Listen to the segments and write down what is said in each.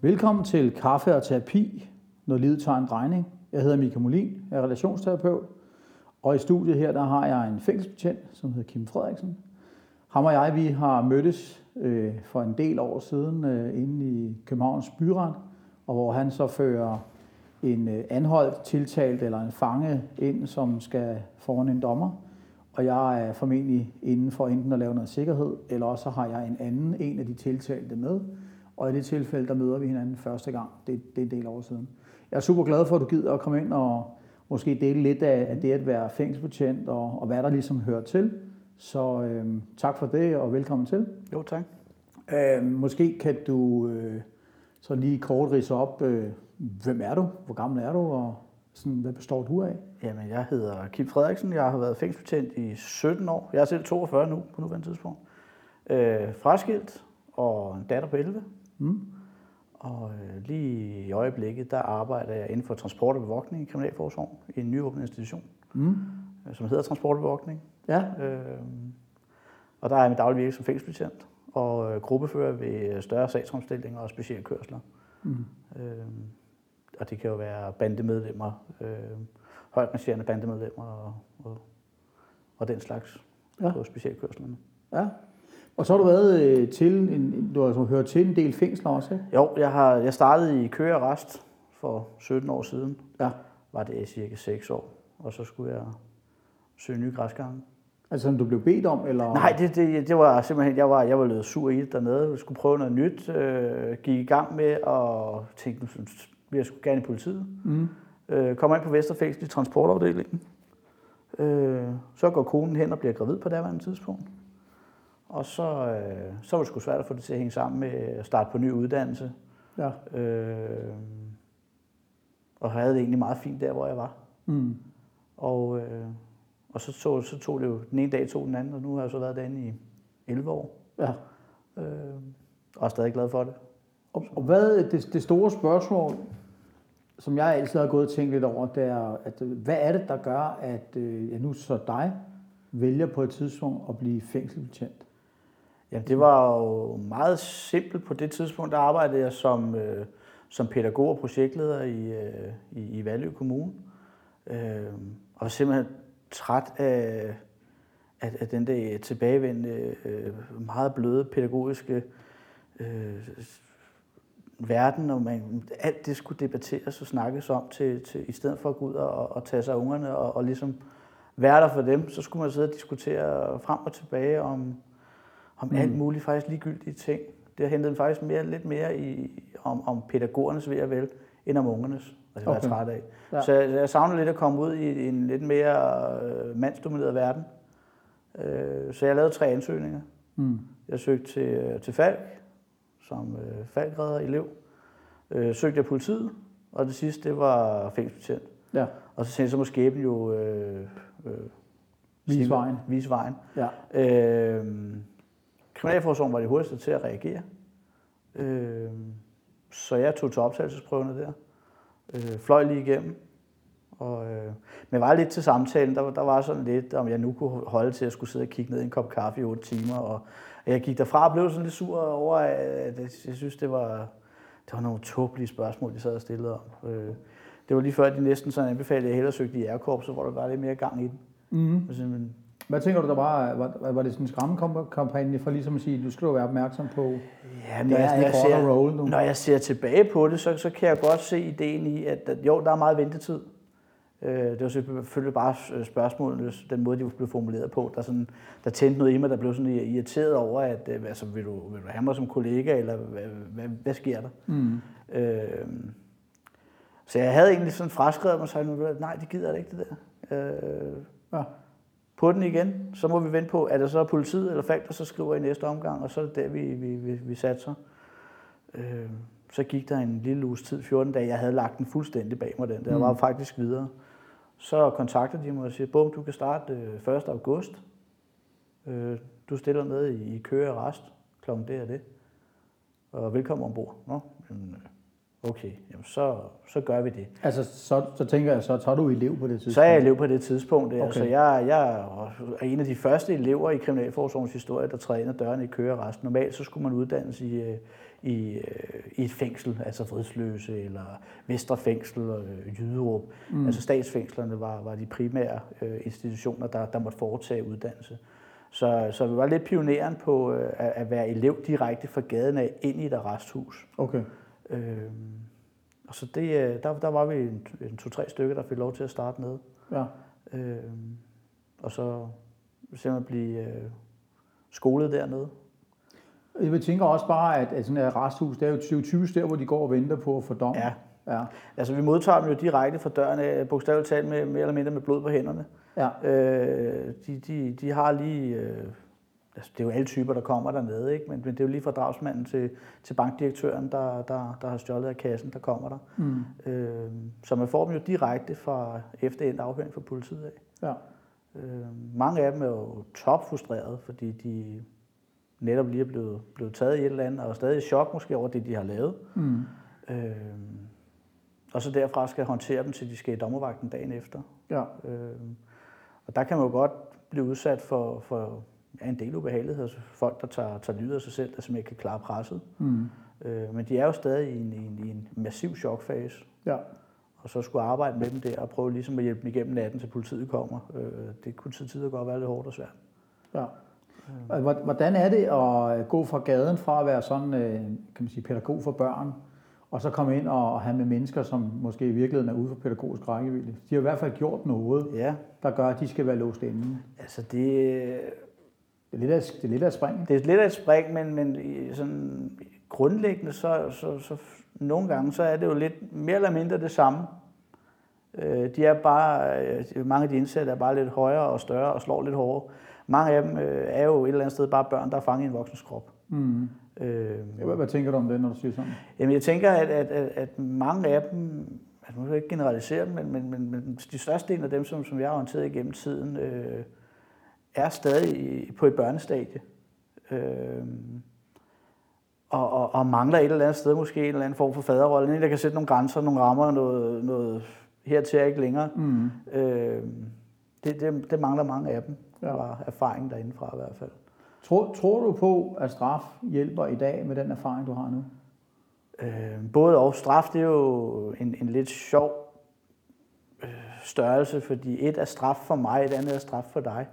Velkommen til Kaffe og Terapi, når livet tager en drejning. Jeg hedder Michael Molin, jeg er relationsterapeut, og i studiet her der har jeg en fængselsbetjent, som hedder Kim Frederiksen. Ham og jeg, vi har mødtes for en del år siden inde i Københavns Byret, og hvor han så fører en anholdt, tiltalt eller en fange ind, som skal foran en dommer. Og jeg er formentlig inden for enten at lave noget sikkerhed, eller også har jeg en af de tiltalte med. Og i det tilfælde, der møder vi hinanden første gang. Det er en del år siden. Jeg er super glad for, at du gider at komme ind og måske dele lidt af det at være fængselsbetjent og hvad der ligesom hører til. Så tak for det, og velkommen til. Jo, tak. Måske kan du så lige kort ridse op, hvem er du, hvor gammel er du, og sådan, hvad består du af? Jamen, jeg hedder Kim Frederiksen. Jeg har været fængselsbetjent i 17 år. Jeg er selv 42 nu, på nuværende tidspunkt. Fraskilt og en datter på 11. Og lige i øjeblikket, der arbejder jeg inden for transport og bevogtning i Kriminalforsorgen i en nyåbnet institution, som hedder Transport og Bevogtning. Ja. Og der er jeg med daglig virke som fængselsbetjent og gruppefører ved større sagsomstillinger og specielle kørsler. Og det kan jo være bandemedlemmer, højt marcherende bandemedlemmer og den slags på specialkørslerne. Ja. Og så har du været du har hørt til en del fængsler også, ikke? Jo, jeg startede i Køge Arrest for 17 år siden. Ja. Var det i cirka 6 år, og så skulle jeg søge nye græsgange. Altså som du blev bedt om, eller? Nej, det var simpelthen, jeg var lidt sur i det dernede. Jeg skulle prøve noget nyt, gik i gang med at tænke, jeg skulle gerne i politiet. Kommer ind på Vesterfængsel i transportafdelingen. Så går konen hen og bliver gravid på daværende tidspunkt. Og så var det sgu svært at få det til at hænge sammen med at starte på ny uddannelse. Ja. Og havde det egentlig meget fint der, hvor jeg var. Og så tog det jo, den ene dag tog den anden, og nu har jeg så været derinde i 11 år. Ja. Og er stadig glad for det. Og hvad det store spørgsmål, som jeg altid har gået og tænkt lidt over, det er, at hvad er det, der gør, at jeg nu så dig vælger på et tidspunkt at blive fængselsbetjent? Jamen, det var jo meget simpelt. På det tidspunkt, der arbejdede jeg som pædagog og projektleder i Vallø Kommune. Og var simpelthen træt af den der tilbagevendende, meget bløde pædagogiske verden, og alt det skulle debatteres og snakkes om i stedet for at gå ud og tage sig af ungerne og ligesom være der for dem, så skulle man sidde og diskutere frem og tilbage om alt muligt, faktisk ligegyldige ting. Det har hentet faktisk lidt mere om pædagogernes ve og vel, end om ungernes, og det var jeg træt af. Ja. Så jeg savner lidt at komme ud i en lidt mere mandsdomineret verden. Så jeg lavede 3 ansøgninger. Jeg søgte til Falk, som Falkredder elev. Søgte jeg politiet, og det sidste, det var fængselsbetjent. Ja. Og så tænkte jeg, så må skæbnen jo vise vejen. Ja. Kriminalforsorgen var det hurtigste til at reagere. Så jeg tog til optagelsesprøverne der. Fløj lige igennem. Men var lidt til samtalen, der var sådan lidt, om jeg nu kunne holde til at skulle sidde og kigge ned i en kop kaffe i 8 timer. Og jeg gik derfra og blev sådan lidt sur over, at jeg synes, det var nogle tåbelige spørgsmål, de sad og stillede om. Det var lige før, de næsten sådan anbefalede, at jeg hellere søgte i Jægerkorpset, hvor der var lidt mere gang i den. Hvad tænker du, der var det sådan en skræmmekampagne for ligesom at sige, du skal jo være opmærksom på, ja, når jeg ser tilbage på det, så kan jeg godt se ideen i, at jo, der er meget ventetid. Det var selvfølgelig bare spørgsmålene, den måde, de blev formuleret på, der tændte noget i mig, der blev sådan irriteret over, at altså, vil du have mig som kollega, eller hvad sker der? Så jeg havde egentlig sådan fraskrevet mig og sagt, nej, det gider jeg ikke, det der. På den igen, så må vi vente på, at det så er politiet eller Falk, der så skriver i næste omgang, og så er det der, vi satser. Så gik der en lille uges tid, 14 dage, jeg havde lagt den fuldstændig bag mig den der, og var faktisk videre. Så kontaktede de mig og siger, bum, du kan starte 1. august. Du stiller med i Køge Arrest, klokken det og det. Og velkommen ombord. Nå, okay, jamen så gør vi det. Altså, så tænker jeg, så tager du elev på det tidspunkt? Så er jeg elev på det tidspunkt. Okay. Altså, jeg er en af de første elever i Kriminalforsorgens historie, der træder ind ad døren i Køge Arrest. Normalt så skulle man uddannes i et fængsel, altså Vridsløse eller Vestre Fængsel og Jyderup. Altså statsfængslerne var de primære institutioner, der måtte foretage uddannelse. Så vi var lidt pioneren på at være elev direkte fra gaden af ind i et arresthus. Okay. Og så der var vi en 2-3 stykker, der fik lov til at starte med. Ja. Og så simpelthen blive skolet dernede. Jeg tænker også bare, at sådan et arresthus, det er jo typisk der, hvor de går og venter på at få dom. Ja. Altså vi modtager dem jo direkte fra døren, bogstaveligt talt mere eller mindre med blod på hænderne. Ja. De har lige, altså det er jo alle typer, der kommer dernede, ikke? Men det er jo lige fra drabsmanden til bankdirektøren, der har stjålet af kassen, der kommer der. Så man får dem jo direkte fra efter endt afhøring fra politiet af. Ja. Mange af dem er jo topfrustrerede, fordi de netop lige er blevet taget i et eller andet, og er stadig i chok måske over det, de har lavet. Og så derfra skal håndtere dem, til de skal i dommervagten dagen efter. Ja. Og der kan man jo godt blive udsat for en del ubehagelighed. Altså folk, der tager livet af sig selv, der simpelthen ikke kan klare presset. Men de er jo stadig i en massiv chokfase. Ja. Og så skulle arbejde med dem der og prøve ligesom at hjælpe dem igennem natten, til politiet kommer. Det kunne til tider godt være lidt hårdt og svært. Ja. Hvordan er det at gå fra gaden fra at være sådan, kan man sige, pædagog for børn, og så komme ind og have med mennesker, som måske i virkeligheden er ude for pædagogisk rækkevidde? De har i hvert fald gjort noget, der gør, at de skal være låst inde. Altså det er lidt af et spring. Det er lidt af et spring, men sådan grundlæggende så nogle gange så er det jo lidt mere eller mindre det samme. De er bare, mange af de indsatte er bare lidt højere og større og slår lidt hårdere. Mange af dem er jo et eller andet sted bare børn, der er fanget i en voksens krop. Hvad tænker du om det, når du siger sådan? Jamen jeg tænker, at mange af dem, altså nu vil jeg ikke generalisere dem, men de største del af dem, som jeg har håndteret igennem tiden, er stadig på et børnestadie. Og mangler et eller andet sted måske en eller anden form for faderrolle. En, der kan sætte nogle grænser, nogle rammer, noget hertil er ikke længere. Det mangler mange af dem. Der var erfaring derindefra i hvert fald. Tror du på, at straf hjælper i dag med den erfaring, du har nu? Både og. Straf, det er jo en lidt sjov størrelse, fordi et er straf for mig, et andet er straf for dig.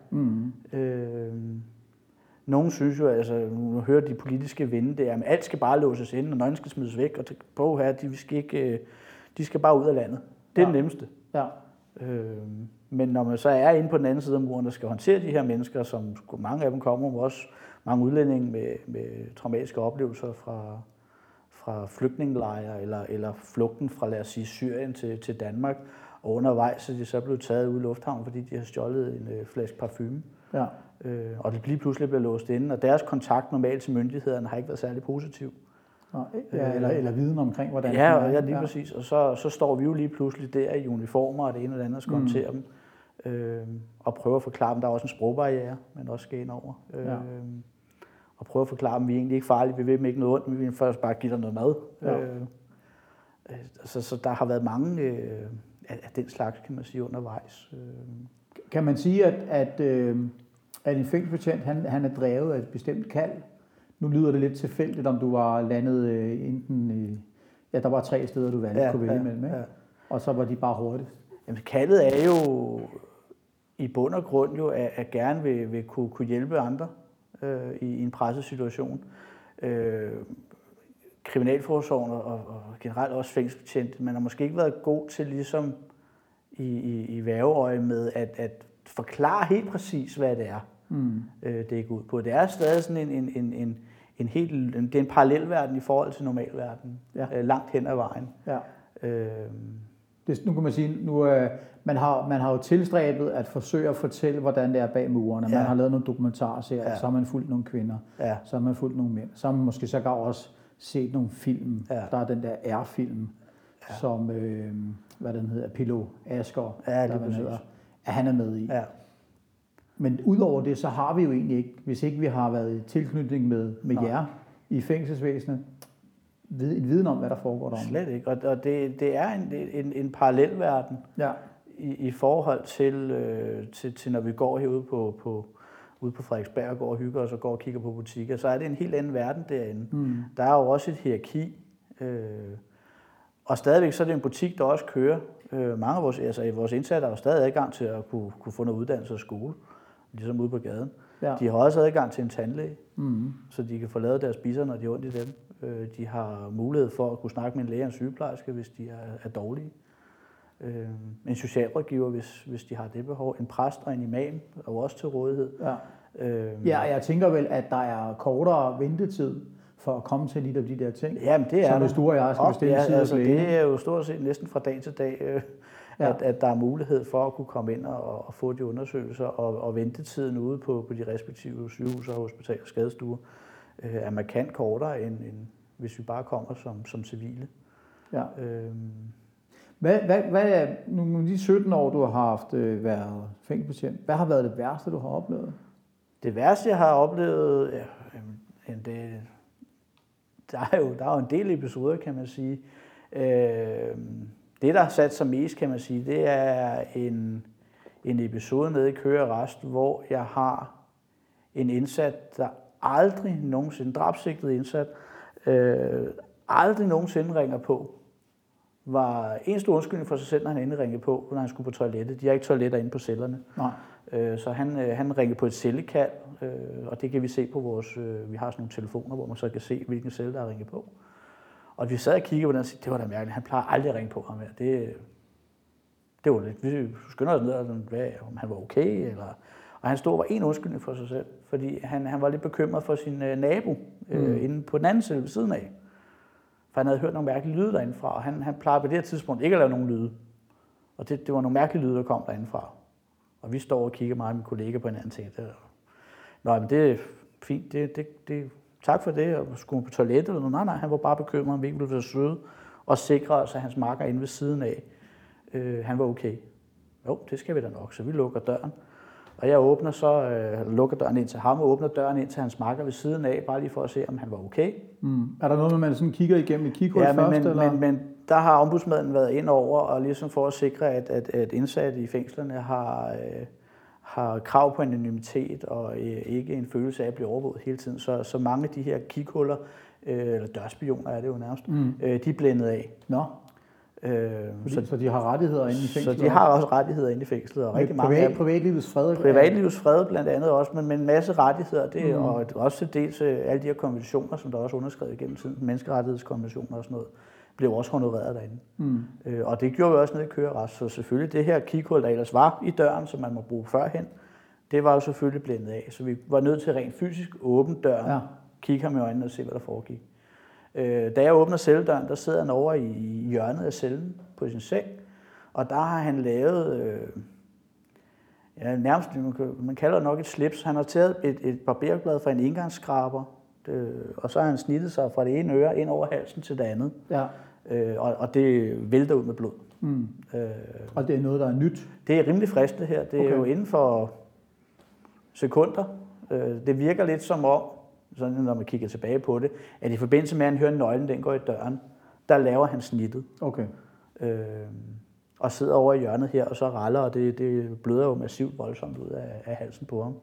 Nogen synes jo, altså nu hører de politiske vinde, det er, at alt skal bare låses ind, og nøglen skal smides væk, og på her, de skal bare ud af landet. Det er det nemmeste. Ja. Men når man så er inde på den anden side af muren, der skal håndtere de her mennesker, som mange af dem kommer, også mange udlændinge med traumatiske oplevelser fra flygtningelejre eller flugten fra, lad os sige, Syrien til Danmark, og undervejs er de så blevet taget ud i lufthavnen, fordi de har stjålet en flaske parfume. Ja. Og de lige pludselig bliver låst inde, og deres kontakt normalt til myndighederne har ikke været særlig positiv. Ja, eller viden omkring, hvordan det er. Ja, lige præcis. Og så står vi jo lige pludselig der i uniformer, og det ene eller andet skal håndtere dem. Og prøve at forklare dem, der er også en sprogbarriere, men også skal ind over. Og prøve at forklare dem, vi er egentlig ikke farlige, vi vil dem ikke noget ondt, men vi vil først bare give dig noget mad. Så der har været mange af den slags, kan man sige, undervejs. Kan man sige, at en fængselsbetjent, han er drevet af et bestemt kald? Nu lyder det lidt tilfældigt, om du var landet enten i... Ja, der var 3 steder, du kunne vælge mellem, ikke? Ja. Og så var de bare hurtigt. Jamen, kaldet er jo i bund og grund jo, at gerne vil kunne hjælpe andre i en pressesituation. Kriminalforsorgen og generelt også fængselsbetjent, man har måske ikke været god til ligesom i værgeøje med at forklare helt præcis, hvad det er, det går ud på. Det er stadig sådan det er en parallelverden i forhold til normalverden, langt hen ad vejen. Ja. Nu kan man sige, man har jo tilstræbet at forsøge at fortælle, hvordan det er bag murene. Man har lavet nogle dokumentarserier, så har man fulgt nogle kvinder, så har man fulgt nogle mænd, så har man måske sågar også set nogle film. Der er den der R-film, som, hvad den hedder, Pilo Asger, han er med i. Ja. Men udover det, så har vi jo egentlig ikke, hvis ikke vi har været i tilknytning med jer i fængselsvæsenet, en viden om, hvad der foregår derom. Slet ikke, og det er en parallelverden i forhold til når vi går herude på ude på Frederiksberg og går og hygger os og går og kigger på butikker, så er det en helt anden verden derinde. Der er jo også et hierarki. Og stadigvæk så er det en butik, der også kører. Mange af vores indsatte har jo stadig adgang til at kunne få noget uddannelse og skole, ligesom ude på gaden. Ja. De har også adgang til en tandlæge, så de kan få lavet deres bisser, når de er ondt i dem. De har mulighed for at kunne snakke med en læge og en sygeplejerske, hvis de er dårlige. En socialrådgiver, hvis de har det behov. En præst og en imam er jo også til rådighed. Ja, jeg tænker vel, at der er kortere ventetid for at komme til lidt af de der ting. Jamen, det er som hvis du og jeg skal bestille tid altså, det er jo stort set næsten fra dag til dag, at der er mulighed for at kunne komme ind og få de undersøgelser, og ventetiden ude på de respektive sygehuse og hospitaler og skadestuer er markant kortere, end hvis vi bare kommer som civile. Ja. Hvad er nu de 17 år, du har haft været fængselsbetjent, hvad har været det værste, du har oplevet? Det værste, jeg har oplevet, der er jo en del episoder, kan man sige. Det, der har sat sig mest, kan man sige, det er en episode nede i Køge Arrest, hvor jeg har en indsat, der aldrig nogensinde, drabsigtet indsat, aldrig nogensinde ringer på. Var eneste undskyldning for sig selv, når han endelig ringede på, når han skulle på toilettet. De har ikke toiletter inde på cellerne. Nej. Så han ringede på et cellekald, og det kan vi se på vores... Vi har sådan nogle telefoner, hvor man så kan se, hvilken celle, der har ringet på. Og vi sad og kiggede på den og sagde, det var da mærkeligt. Han plejer aldrig at ringe på ham her. Det var lidt... Vi skynder os ned og om han var okay, eller... Og han stod og var en undskyldning for sig selv, fordi han var lidt bekymret for sin nabo inde på den anden celle ved siden af. For han havde hørt nogle mærkelige lyde derindefra, og han plejede på det her tidspunkt ikke at lave nogen lyde. Og det var nogle mærkelige lyde, der kom derindefra. Og vi står og kigger mig og min kollega på hinanden og tænker, men det er fint, tak for det, og skulle på toilettet eller noget. Nej, han var bare bekymret, om vi ikke ville være søde, og sikre os, at hans makker inde ved siden af, han var okay. Jo, det skal vi da nok, så vi lukker døren. Og jeg lukker døren ind til ham og åbner døren ind til hans makker ved siden af, bare lige for at se, om han var okay. Er der noget, man sådan kigger igennem et kighul først? Men der har ombudsmanden været ind over, og ligesom for at sikre, at indsatte i fængslerne har krav på anonymitet og ikke en følelse af at blive overvåget hele tiden. Så mange af de her kighuller, eller dørspioner er det jo nærmest, de er blændet af. Nå. Så de har rettigheder inde i fængslet? Så de har også rettigheder inde i fængslet. Og rigtig mange af dem. Privatlivets fred? Privatlivets fred blandt andet også, men en masse rettigheder. Og også til dels alle de her konventioner, som der også er underskrevet igennem tiden, menneskerettighedskonventioner og sådan noget, blev også honoreret derinde. Og det gjorde vi også nede i Køge Arrest. Så selvfølgelig det her kighul, der ellers var i døren, som man må bruge førhen, det var jo selvfølgelig blændet af. Så vi var nødt til rent fysisk åbne døren, kigge ham i øjnene og se, hvad der foregik. Da jeg åbner celledøren, der sidder han over i hjørnet af cellen på sin seng, og der har han lavet, nærmest, man kalder det nok et slips. Han har taget et barberblad fra en engangsskraber, og så har han snittet sig fra det ene øre ind over halsen til det andet. Ja. Og det vælter ud med blod. Og det er noget, der er nyt? Det er rimelig frisk, det her. Det er jo inden for sekunder. Det virker lidt som om, sådan når man kigger tilbage på det, at i forbindelse med, at han hører nøglen, den går i døren, der laver han snittet. Okay. Og sidder over i hjørnet her, og så raller, og det bløder jo massivt voldsomt ud af halsen på ham.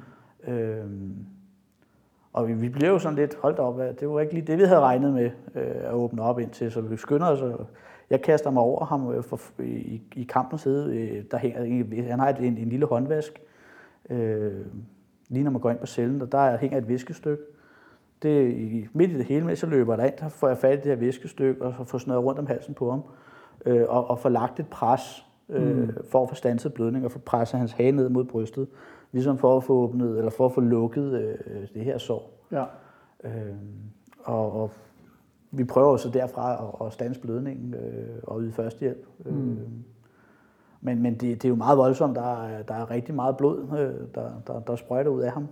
Og vi blev jo sådan lidt holdt op af, det var ikke lige det, vi havde regnet med at åbne op indtil, så vi skynder os. Jeg kaster mig over ham i kampens side. Han har en lille håndvask, lige når man går ind på cellen, og der hænger et viskestykke. Midt i det hele, mens jeg løber derind, der får jeg fat i det her viskestykke, og får snøret rundt om halsen på ham, og får lagt et pres for at få standset blødning, og få presset hans hage ned mod brystet, ligesom for at få åbnet, eller for at få lukket det her sår. Ja. Og vi prøver så derfra at standse blødningen og yde førstehjælp. Men det er jo meget voldsomt. Der er rigtig meget blod, der sprøjter ud af ham.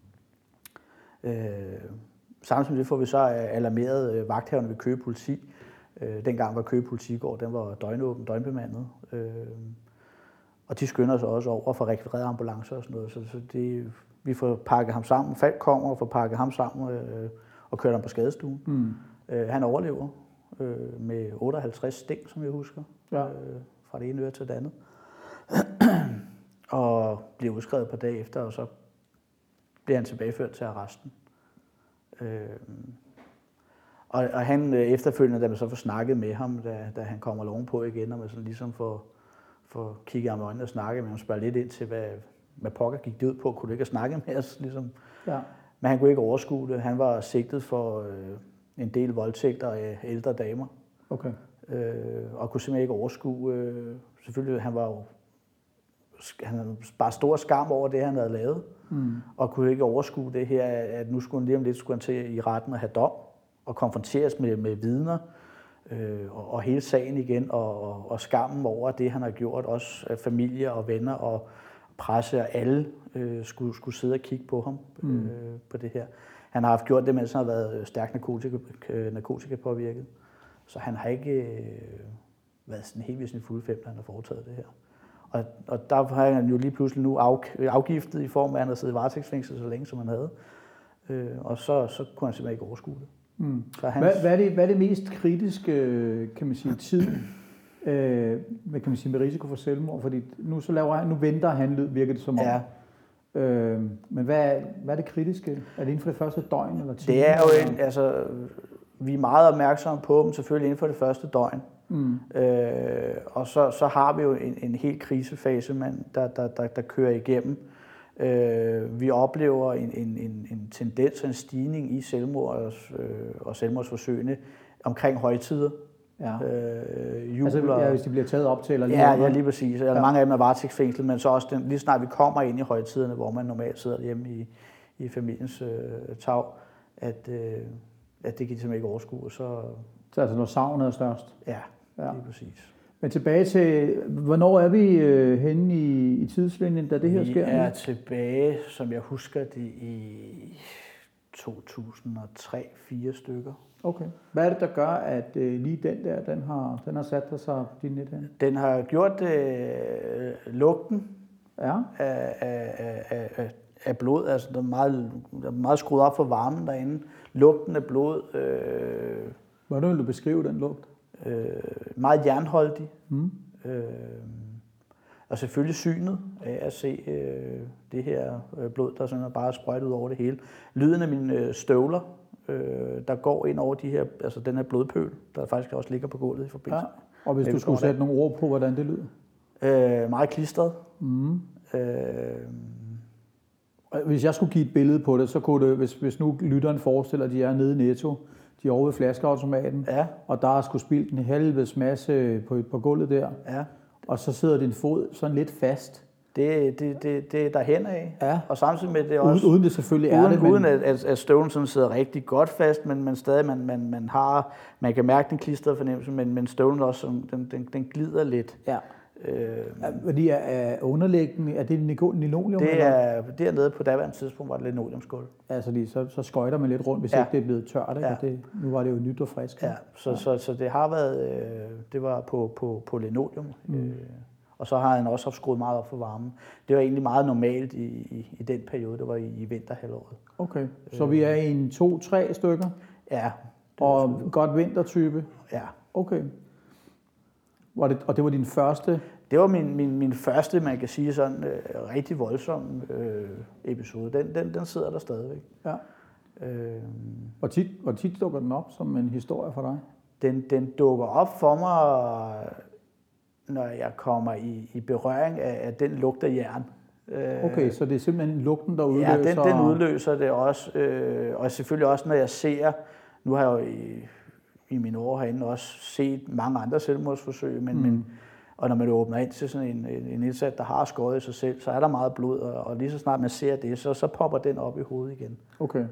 Samtidig får vi så alarmeret vagthaverne ved Køge Politi. Dengang var Køge Politigård, den var døgnåben, døgnbemandet. Og de skynder sig også over for at rekvirere ambulancer og sådan noget. Så vi får pakket ham sammen. Falk kommer og får pakket ham sammen og kørt ham på skadestuen. Han overlever med 58 sting, som jeg husker, fra det ene øre til det andet. Og bliver udskrevet et par dage efter, og så bliver han tilbageført til arresten. Og han efterfølgende, da man så får snakket med ham, da han kommer loven på igen, og man sådan ligesom får kigget ham i øjnene og snakket med ham, spørger lidt ind til, hvad pokker gik det ud på, kunne du ikke have snakket med os? Ligesom. Ja. Men han kunne ikke overskue det. Han var sigtet for en del voldtægter af ældre damer. Okay. Og kunne simpelthen ikke overskue. Selvfølgelig, han havde bare stor skam over det, han havde lavet, og kunne ikke overskue det her, at nu skulle han lige om lidt skulle han til i retten og have dom, og konfronteres med vidner, og hele sagen igen, og skammen over det, han har gjort, også af familie og venner og presse, og alle skulle sidde og kigge på ham på det her. Han har haft gjort det, mens han har været stærkt narkotikapåvirket. Så han har ikke været sådan helt ved sin fulde fem, da han har foretaget det her. Og der har han jo lige pludselig nu afgiftet i form af, at han har siddet i varetægtsfængsel så længe, som han havde. Og så kunne han simpelthen ikke overskue det. Hvad er det mest kritiske, kan man sige, tid med risiko for selvmord? Fordi nu venter han, virker det som om. Ja. Men hvad er det kritiske? Er det inden for det første døgn eller time? Det er jo vi er meget opmærksomme på dem selvfølgelig inden for det første døgn. Og så har vi jo en helt krisefase, der kører igennem. Vi oplever en tendens og en stigning i selvmord og selvmordsforsøgene omkring højtider. Ja. Hvis de bliver taget op til eller ja, lige præcis. Ja. Mange af dem er varetægtsfængslet, men så også lige snart vi kommer ind i højtiderne, hvor man normalt sidder hjemme i familiens tag, at det kan de simpelthen ikke overskue. Så altså når savnet er størst? Ja, lige præcis. Men tilbage til, hvornår er vi henne i tidslinjen, da det her sker? Vi er tilbage, som jeg husker det, i 2003-4 stykker. Okay. Hvad er det, der gør, at lige den der, den har sat sig på din net her? Den har gjort lugten af blod. Altså, der er meget skruet op for varmen derinde. Lugten af blod. Hvordan vil du beskrive den lugt? Meget jernholdig. Og selvfølgelig synet af at se det her blod, der sådan bare er sprøjtet ud over det hele. Lyden af mine støvler, der går ind over den her blodpøl, der faktisk også ligger på gulvet i forbindelse. Ja. Og hvis du skulle sætte nogle ord på, hvordan det lyder? Meget klistret. Hvis jeg skulle give et billede på det, så kunne det, hvis nu lytteren forestiller, at de er nede i Netto, de er over ved flaskeautomaten, og der er sgu spildt en helvedes masse på gulvet der, og så sidder din fod sådan lidt fast. Det er derhen af, og samtidig med det også... Uden det selvfølgelig er det, uden at støvlen sådan sidder rigtig godt fast, men stadig man kan mærke den klistrede fornemmelse, men støvlen også, den glider lidt. Ja. Fordi er underlæggen, er det linoleum? Det er dernede på daværende tidspunkt, var det linoleumsgulv. Altså så skøjter man lidt rundt, hvis ikke det er blevet tørt. Ikke? Nu var det jo nyt og frisk. Ja, så det har været, det var på linoleum. Og så har han også haft skruet meget op for varmen. Det var egentlig meget normalt i den periode, det var i vinterhalvåret. Okay, så vi er i en 2-3 stykker? Ja. Og godt vintertype? Ja. Okay. Og det var din første? Det var min første, man kan sige sådan, rigtig voldsom episode. Den sidder der stadigvæk. Ja. Hvor tit dukker den op som en historie for dig? Den dukker op for mig, når jeg kommer i berøring af den lugt af jern. Okay, så det er simpelthen lugten, der udløser? Ja, den udløser det også. Og selvfølgelig også, når jeg ser... Nu har jeg jo i mine år herinde også set mange andre selvmordsforsøg, og når man åbner ind til sådan en indsat, der har skåret i sig selv, så er der meget blod, og lige så snart man ser det, så popper den op i hovedet igen. Okay.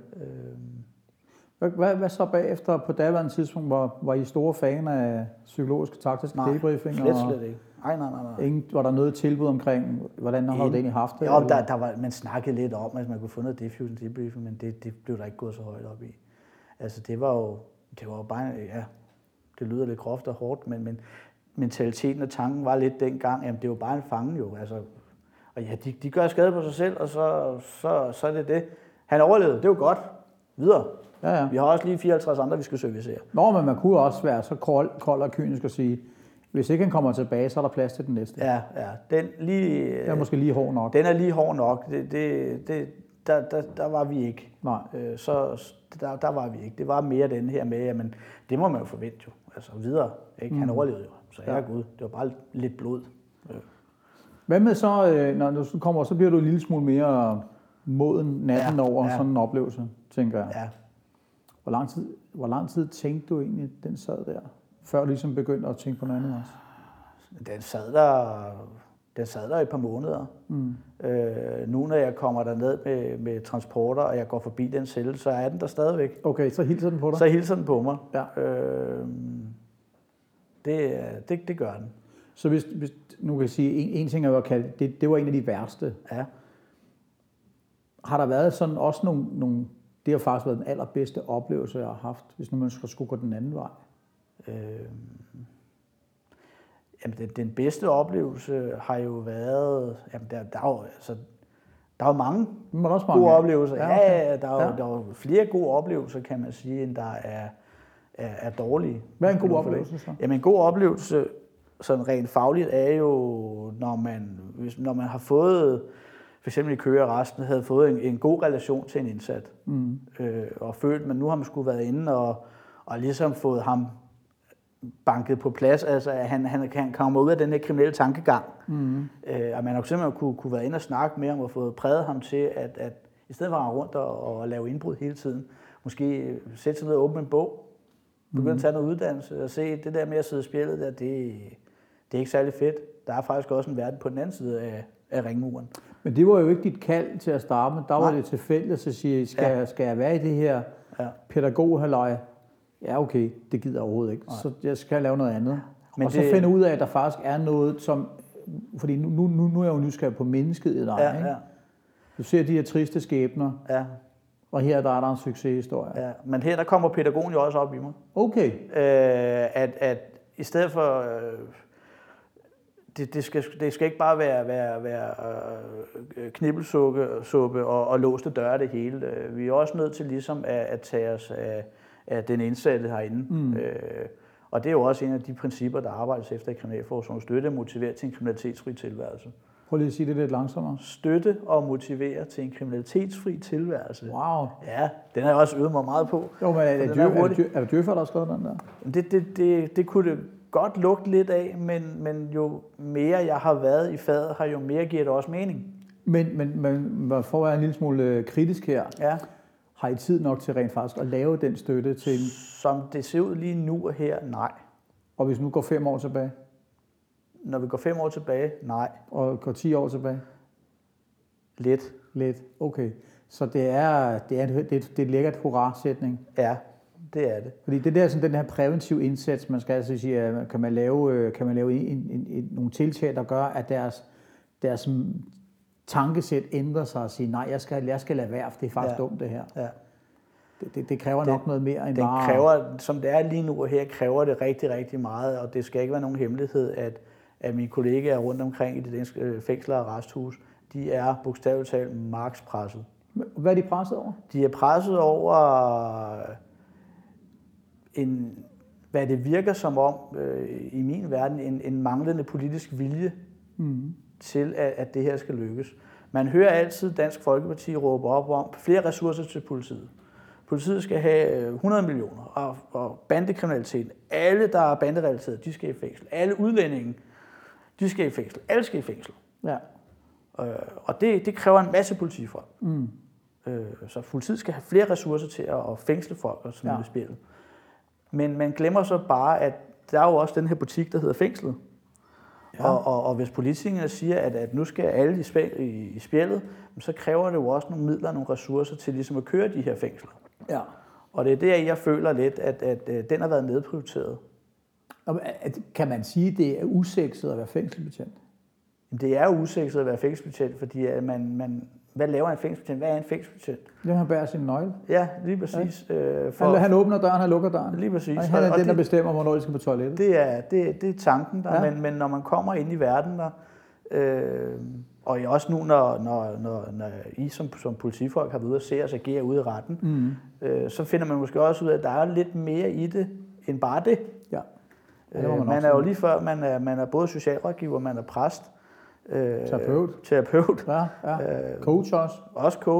Hvad så bagefter på daværende tidspunkt? Var I store fan af psykologiske taktiske debriefing? Nej, slet ikke. Nej. Var der noget tilbud omkring, hvordan har du det egentlig haft det? Jo, man snakkede lidt om, at man kunne få noget diffusion debriefing, men det blev der ikke gået så højt op i. Altså det var jo bare, det lyder lidt groft og hårdt, men mentaliteten og tanken var lidt dengang, jamen det var bare en fange jo, altså. Og ja, de gør skade på sig selv, og så er det. Han overlevede, det er jo godt. Videre. Ja. Vi har også lige 54 andre, vi skal servicere. Men man kunne også være så kold og kynisk og sige, hvis ikke han kommer tilbage, så er der plads til den næste. Ja. Den er måske lige hård nok. Den er lige hård nok. der var vi ikke. Nej. Der var vi ikke. Det var mere den her med, jamen, det må man jo forvente jo. Altså videre, ikke? Han overlevede jo. Så Gud, det var bare lidt blod. Hvad med så, når du kommer, så bliver du en lille smule mere moden natten over sådan en oplevelse, tænker jeg. Ja. Hvor lang tid tænkte du egentlig, den sad der, før du ligesom begyndte at tænke på noget andet også? Den sad der i et par måneder. Nu når jeg kommer derned med transporter, og jeg går forbi den celle, så er den der stadigvæk. Okay, så hilser den på dig? Så hilser den på mig. Ja. Det gør den. Så hvis nu kan jeg sige, en ting jeg var kaldt, det var en af de værste. Ja. Har der været sådan også nogle det har faktisk været den allerbedste oplevelse, jeg har haft, hvis nu man skulle gå den anden vej? Jamen, den bedste oplevelse har jo været, jamen der er jo mange gode oplevelser. Ja, okay. Der er jo flere gode oplevelser, kan man sige, end der er dårlige. Hvad er en god oplevelse så? Jamen, en god oplevelse, sådan rent fagligt, er jo, når man har fået, for eksempel i kørearresten, havde fået en god relation til en indsat, og følt, men nu har man sgu været inde og ligesom fået ham banket på plads, altså at han kommer ud af den her kriminelle tankegang. Og man har simpelthen kunne være inde og snakke med ham og fået præget ham til, at i stedet for at han rundt og lave indbrud hele tiden, måske sætte sig ned og åbne en bog, begynde at tage noget uddannelse og se, det der med at sidde og spjældet der, det er ikke særlig fedt. Der er faktisk også en verden på den anden side af ringmuren. Men det var jo ikke dit kald til at starte med. Der var det tilfældigt at sige, skal jeg være i det her pædagog-halløj? Ja, okay, det gider jeg overhovedet ikke. Så jeg skal lave noget andet. Men og så finde ud af, at der faktisk er noget, som... Fordi nu er jeg jo nysgerrig på mennesket i dig, ikke? Du ser de her triste skæbner, og her der er der en succeshistorie. Ja, men her der kommer pædagogen jo også op i mig. Okay. At i stedet for... Det skal ikke bare være knibbelsuppe og låste døre det hele. Vi er også nødt til ligesom at tage os af den indsatte herinde. Og det er jo også en af de principper, der arbejdes efter i kriminalforsorgen. Støtte og motivere til en kriminalitetsfri tilværelse. Prøv lige at sige det lidt langsommere. Støtte og motivere til en kriminalitetsfri tilværelse. Wow. Ja, den har jeg også øvet mig meget på. Jo, men er det Djøffer, der har skrevet den der? Det kunne det godt lugte lidt af, men jo mere jeg har været i faget, har jo mere giver det også mening. Men for at være en lille smule kritisk her, har I tid nok til rent faktisk at lave den støtte til? Som det ser ud lige nu og her, nej. Og hvis nu går 5 år tilbage? Når vi går 5 år tilbage, nej. Og går 10 år tilbage? Lidt. Okay. Så det er et lækkert hurra-sætning? Ja, det er det. Fordi det der sådan den her præventiv indsats, man skal altså sige, kan man lave nogle tiltag, der gør, at deres tankesæt ændrer sig og sige, nej, jeg skal lade være, for det er faktisk dumt det her. Ja. Det kræver nok noget mere end bare... Det kræver, som det er lige nu og her, kræver det rigtig, rigtig meget, og det skal ikke være nogen hemmelighed, at mine kollegaer rundt omkring i det danske fængsler og arresthus, de er bogstaveligt talt markspresset. Hvad er de presset over? De er presset over hvad det virker som om, i min verden, en manglende politisk vilje til, at det her skal lykkes. Man hører altid Dansk Folkeparti råbe op om flere ressourcer til politiet. Politiet skal have 100 millioner, og bandekriminalitet, alle der er banderelateret, de skal i fængsel. Alle udlændinge, de skal i fængsel. Alle skal i fængsel. Ja. Og det kræver en masse politifolk. Så politiet skal have flere ressourcer til at fængsle folk og smide i spillet. Men man glemmer så bare, at der er jo også den her butik, der hedder fængslet. Ja. Og hvis politikerne siger, at nu skal alle i spjældet, så kræver det jo også nogle midler, nogle ressourcer til ligesom at køre de her fængsler. Ja. Og det er der, jeg føler lidt, at den har været nedprioriteret. Kan man sige, at det er usekset at være fængselsbetjent? Det er usekset at være fængselsbetjent, fordi hvad laver en fængselsbetjent? Hvad er en fængselsbetjent? Han bærer sin nøgle. Ja, lige præcis. Han åbner døren, han lukker døren. Lige præcis. Og han er den, der bestemmer, hvornår de skal på toilettet. Det er tanken der, men når man kommer ind i verden der, og også nu, når I som politifolk har været ude og se os agere ude i retten, så finder man måske også ud af, at der er lidt mere i det, end bare det. Ja. Man er jo lige før, man er både socialrådgiver, man er præst, terapeut. Ja. Coach også. Også coach.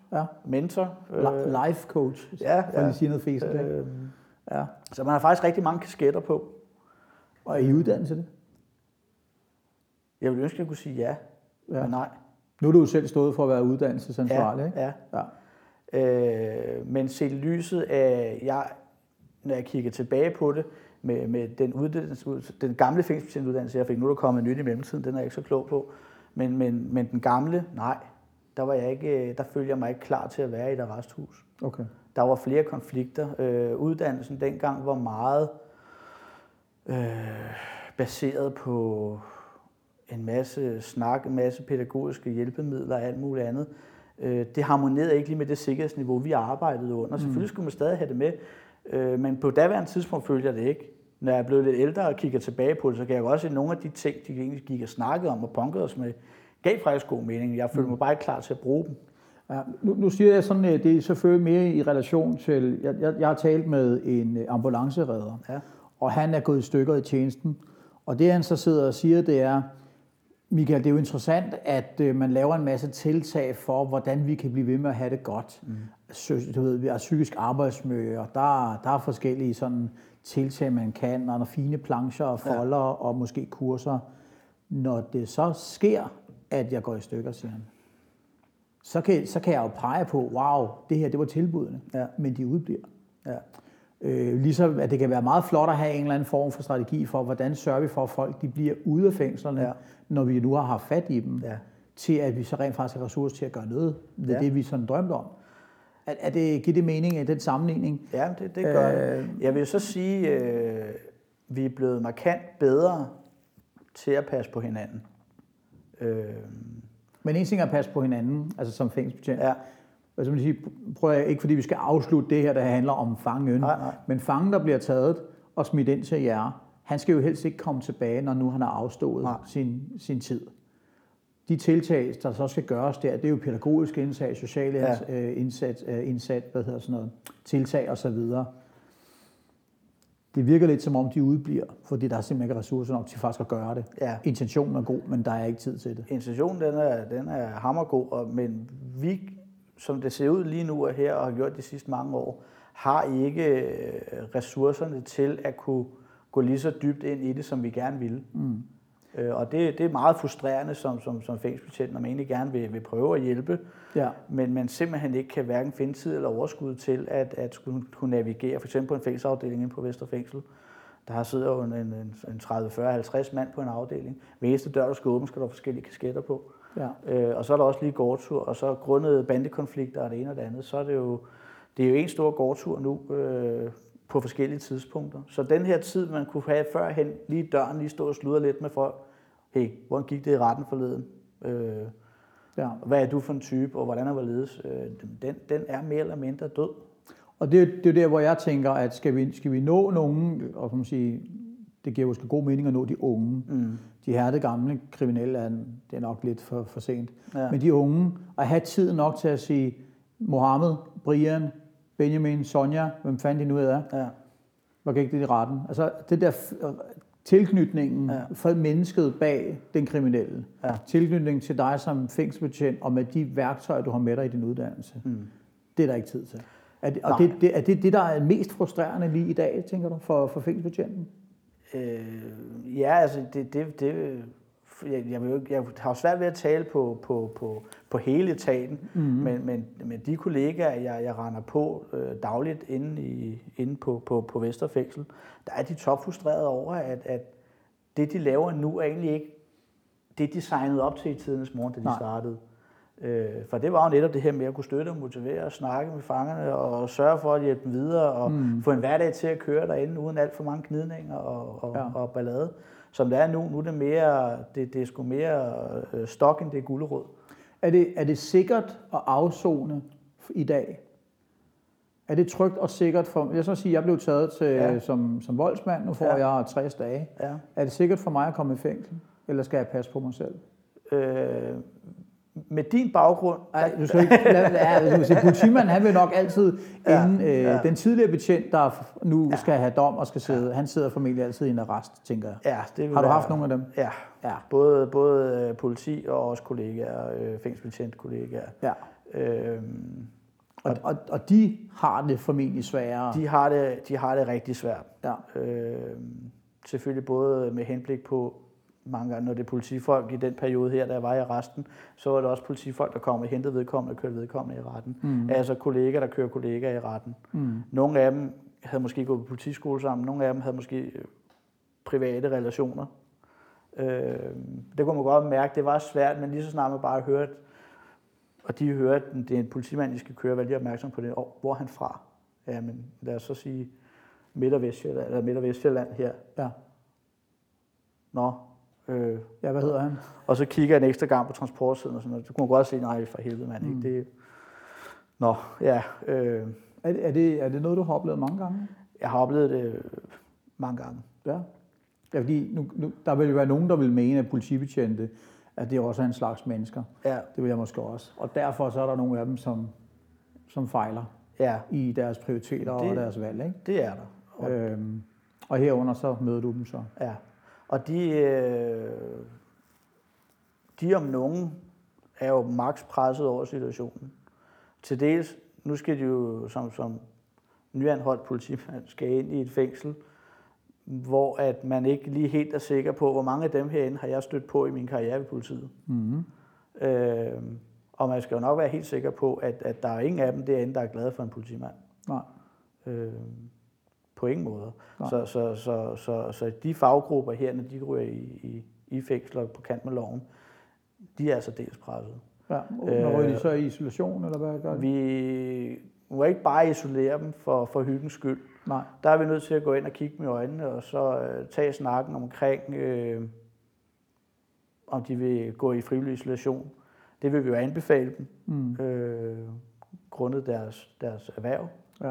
Ja. mentor. Life coach, Ja, for at sige noget fæst. Ja. Så man har faktisk rigtig mange kasketter på. Og er I uddannet til det? Jeg ville ønske, at jeg kunne sige ja, men nej. Nu er du jo selv stået for at være uddannelsesansvarlig, ikke? Ja. Men set i lyset af, når jeg kigger tilbage på det, med den gamle fængselsbetjentuddannelse, jeg fik, nu er der kommet nyt i mellemtiden, den er jeg ikke så klog på, men den gamle, nej, der følte jeg mig ikke klar til at være i et arresthus. Okay. Der var flere konflikter. Uddannelsen dengang var meget baseret på en masse snak, en masse pædagogiske hjælpemidler og alt muligt andet. Det harmonerede ikke lige med det sikkerhedsniveau, vi arbejdede under. Selvfølgelig skulle man stadig have det med, men på daværende tidspunkt følte jeg det ikke. Når jeg er blevet lidt ældre og kigger tilbage på det, så kan jeg også se, at nogle af de ting, de egentlig gik og snakkede om og punkede os med, gav faktisk god mening. Jeg følte mig bare ikke klar til at bruge dem. Ja, nu siger jeg sådan, at det er selvfølgelig mere i relation til, jeg har talt med en ambulanceredder, og han er gået i stykker i tjenesten. Og det han så sidder og siger, det er, Michael, det er jo interessant, at man laver en masse tiltag for, hvordan vi kan blive ved med at have det godt. Du ved, vi har psykisk arbejdsmiljø, og der er forskellige sådan tiltag, man kan, og der er fine plancher og folder og måske kurser. Når det så sker, at jeg går i stykker, siger han, så kan jeg jo pege på, wow, det her, det var tilbudene, men de udbliver. Ja. Ligesom at det kan være meget flot at have en eller anden form for strategi for, hvordan sørger vi for, at folk de bliver ude af fængslerne, når vi nu har haft fat i dem, til at vi så rent faktisk har ressourcer til at gøre noget ved det, vi sådan drømte om. Giver det mening i den sammenligning? Ja, det gør det. Jeg vil så sige, vi er blevet markant bedre til at passe på hinanden. Men en ting er at passe på hinanden, altså som fængselsbetjent. Altså man siger, prøver jeg ikke, fordi vi skal afslutte det her, der handler om fangen. Nej. Men fangen, der bliver taget og smidt ind til jer, han skal jo helst ikke komme tilbage, når nu han har afstået sin tid. De tiltag, der så skal gøres der, det er jo pædagogisk indsats, sociale indsats, tiltag og så videre. Det virker lidt som om, de udbliver, fordi der er simpelthen ikke ressourcer nok til faktisk at gøre det. Ja. Intentionen er god, men der er ikke tid til det. Intentionen, den er hammergod, men vi, som det ser ud lige nu og her, og har gjort de sidste mange år, har ikke ressourcerne til at kunne gå lige så dybt ind i det, som vi gerne vil. Og det er meget frustrerende som fængselsbetjent, når man egentlig gerne vil prøve at hjælpe, men man simpelthen ikke kan hverken finde tid eller overskud til at skulle kunne navigere. For eksempel på en fængselsafdeling inde på Vestre Fængsel. Der sidder jo en 30, 40, 50 mand på en afdeling. Hver eneste dør, der skal åbne, skal der forskellige kasketter på. Og så er der også lige gårdtur, og så grundet bandekonflikter og det ene og det andet, så er det jo en stor gårdtur nu, på forskellige tidspunkter. Så den her tid, man kunne have førhen, lige i døren, lige stå og sludre lidt med folk. Hey, hvordan gik det i retten forleden? Hvad er du for en type, og hvordan er hvorledes? Den er mere eller mindre død. Og det er der, hvor jeg tænker, at skal vi nå nogen, og kan man sige, det giver måske god mening at nå de unge. De hærdede gamle kriminelle, det er nok lidt for sent. Men de unge, at have tid nok til at sige, Mohammed, Brian, Benjamin, Sonja, hvem fanden de nu er, hvor gik det i retten? Altså det der tilknytningen for mennesket bag den kriminelle, tilknytningen til dig som fængselsbetjent, og med de værktøjer, du har med dig i din uddannelse, det er der ikke tid til. Er det der er mest frustrerende lige i dag, tænker du, for fængselsbetjenten? Ja, altså jeg har svært ved at tale på hele etaten, men de kollegaer, jeg render på dagligt inde på Vestre Fængsel, der er de topfrustrerede over, at det, de laver nu, er egentlig ikke det, de signede op til i tidernes morgen, da de startede. For det var jo netop det her med at kunne støtte og motivere og snakke med fangerne og sørge for at hjælpe dem videre og få en hverdag til at køre derinde uden alt for mange knidninger og ballade. Som det er nu er det mere, det er sgu mere stok, end det er gulerod. Er det sikkert at afzone i dag? Er det trygt og sikkert for... Jeg så sige, jeg blev taget til, som voldsmand, nu får jeg 60 dage. Er det sikkert for mig at komme i fængsel? Eller skal jeg passe på mig selv? Med din baggrund... Nej, du skal ikke... Politimanden, han vil nok altid... Den tidligere betjent, der nu skal have dom og skal sidde, han sidder formentlig altid i en arrest, tænker jeg. Har du haft nogle af dem? Ja. Både politi og også kollegaer, fængselsbetjent kollegaer. Og de har det formentlig sværere. De har det rigtig svært. Ja. Selvfølgelig både med henblik på, mange gange, når det er politifolk i den periode her, der var i arresten, så var det også politifolk, der kom og hentede vedkommende og kørte vedkommende i retten. Altså kolleger, der kører kolleger i retten. Nogle af dem havde måske gået på politiskole sammen, nogle af dem havde måske private relationer. Det kunne man godt mærke, det var svært, men lige så snart man bare hørte, og de hørte, at det er en politimand, de skal køre, var de opmærksom på det. Hvor er han fra? Ja, men lad os så sige Midt- og Vestjylland her. Ja. Nå. Ja, hvad hedder han? Og så kigger jeg en ekstra gang på transportsiden og sådan noget. Du kunne godt se, nej, for helvede mand, ikke? Det. Nå, ja. Er det noget, du har oplevet mange gange? Jeg har oplevet det mange gange. Ja. Ja, fordi nu, der vil jo være nogen, der vil mene, at politibetjente, at det også er en slags mennesker. Ja. Det vil jeg måske også. Og derfor så er der nogle af dem, som fejler i deres prioriteter og deres valg, ikke? Det er der. Og herunder så møder du dem så. Ja. Og de om nogen er jo maks presset over situationen. Til dels, nu skal de jo som nyanholdt politimand skal ind i et fængsel, hvor at man ikke lige helt er sikker på, hvor mange af dem herinde har jeg stødt på i min karriere ved politiet. Og man skal jo nok være helt sikker på, at der er ingen af dem derinde, der er glade for en politimand. Nej. På ingen måde. Så de faggrupper her, når de ryger i fængsler på kant med loven, de er altså dels presset. Ja, og ryger de så i isolation, eller hvad gør de? Vi må ikke bare isolere dem for hyggens skyld. Nej. Der er vi nødt til at gå ind og kigge dem i øjnene, og så tage snakken omkring, om de vil gå i frivillig isolation. Det vil vi jo anbefale dem, grundet deres erhverv. Ja.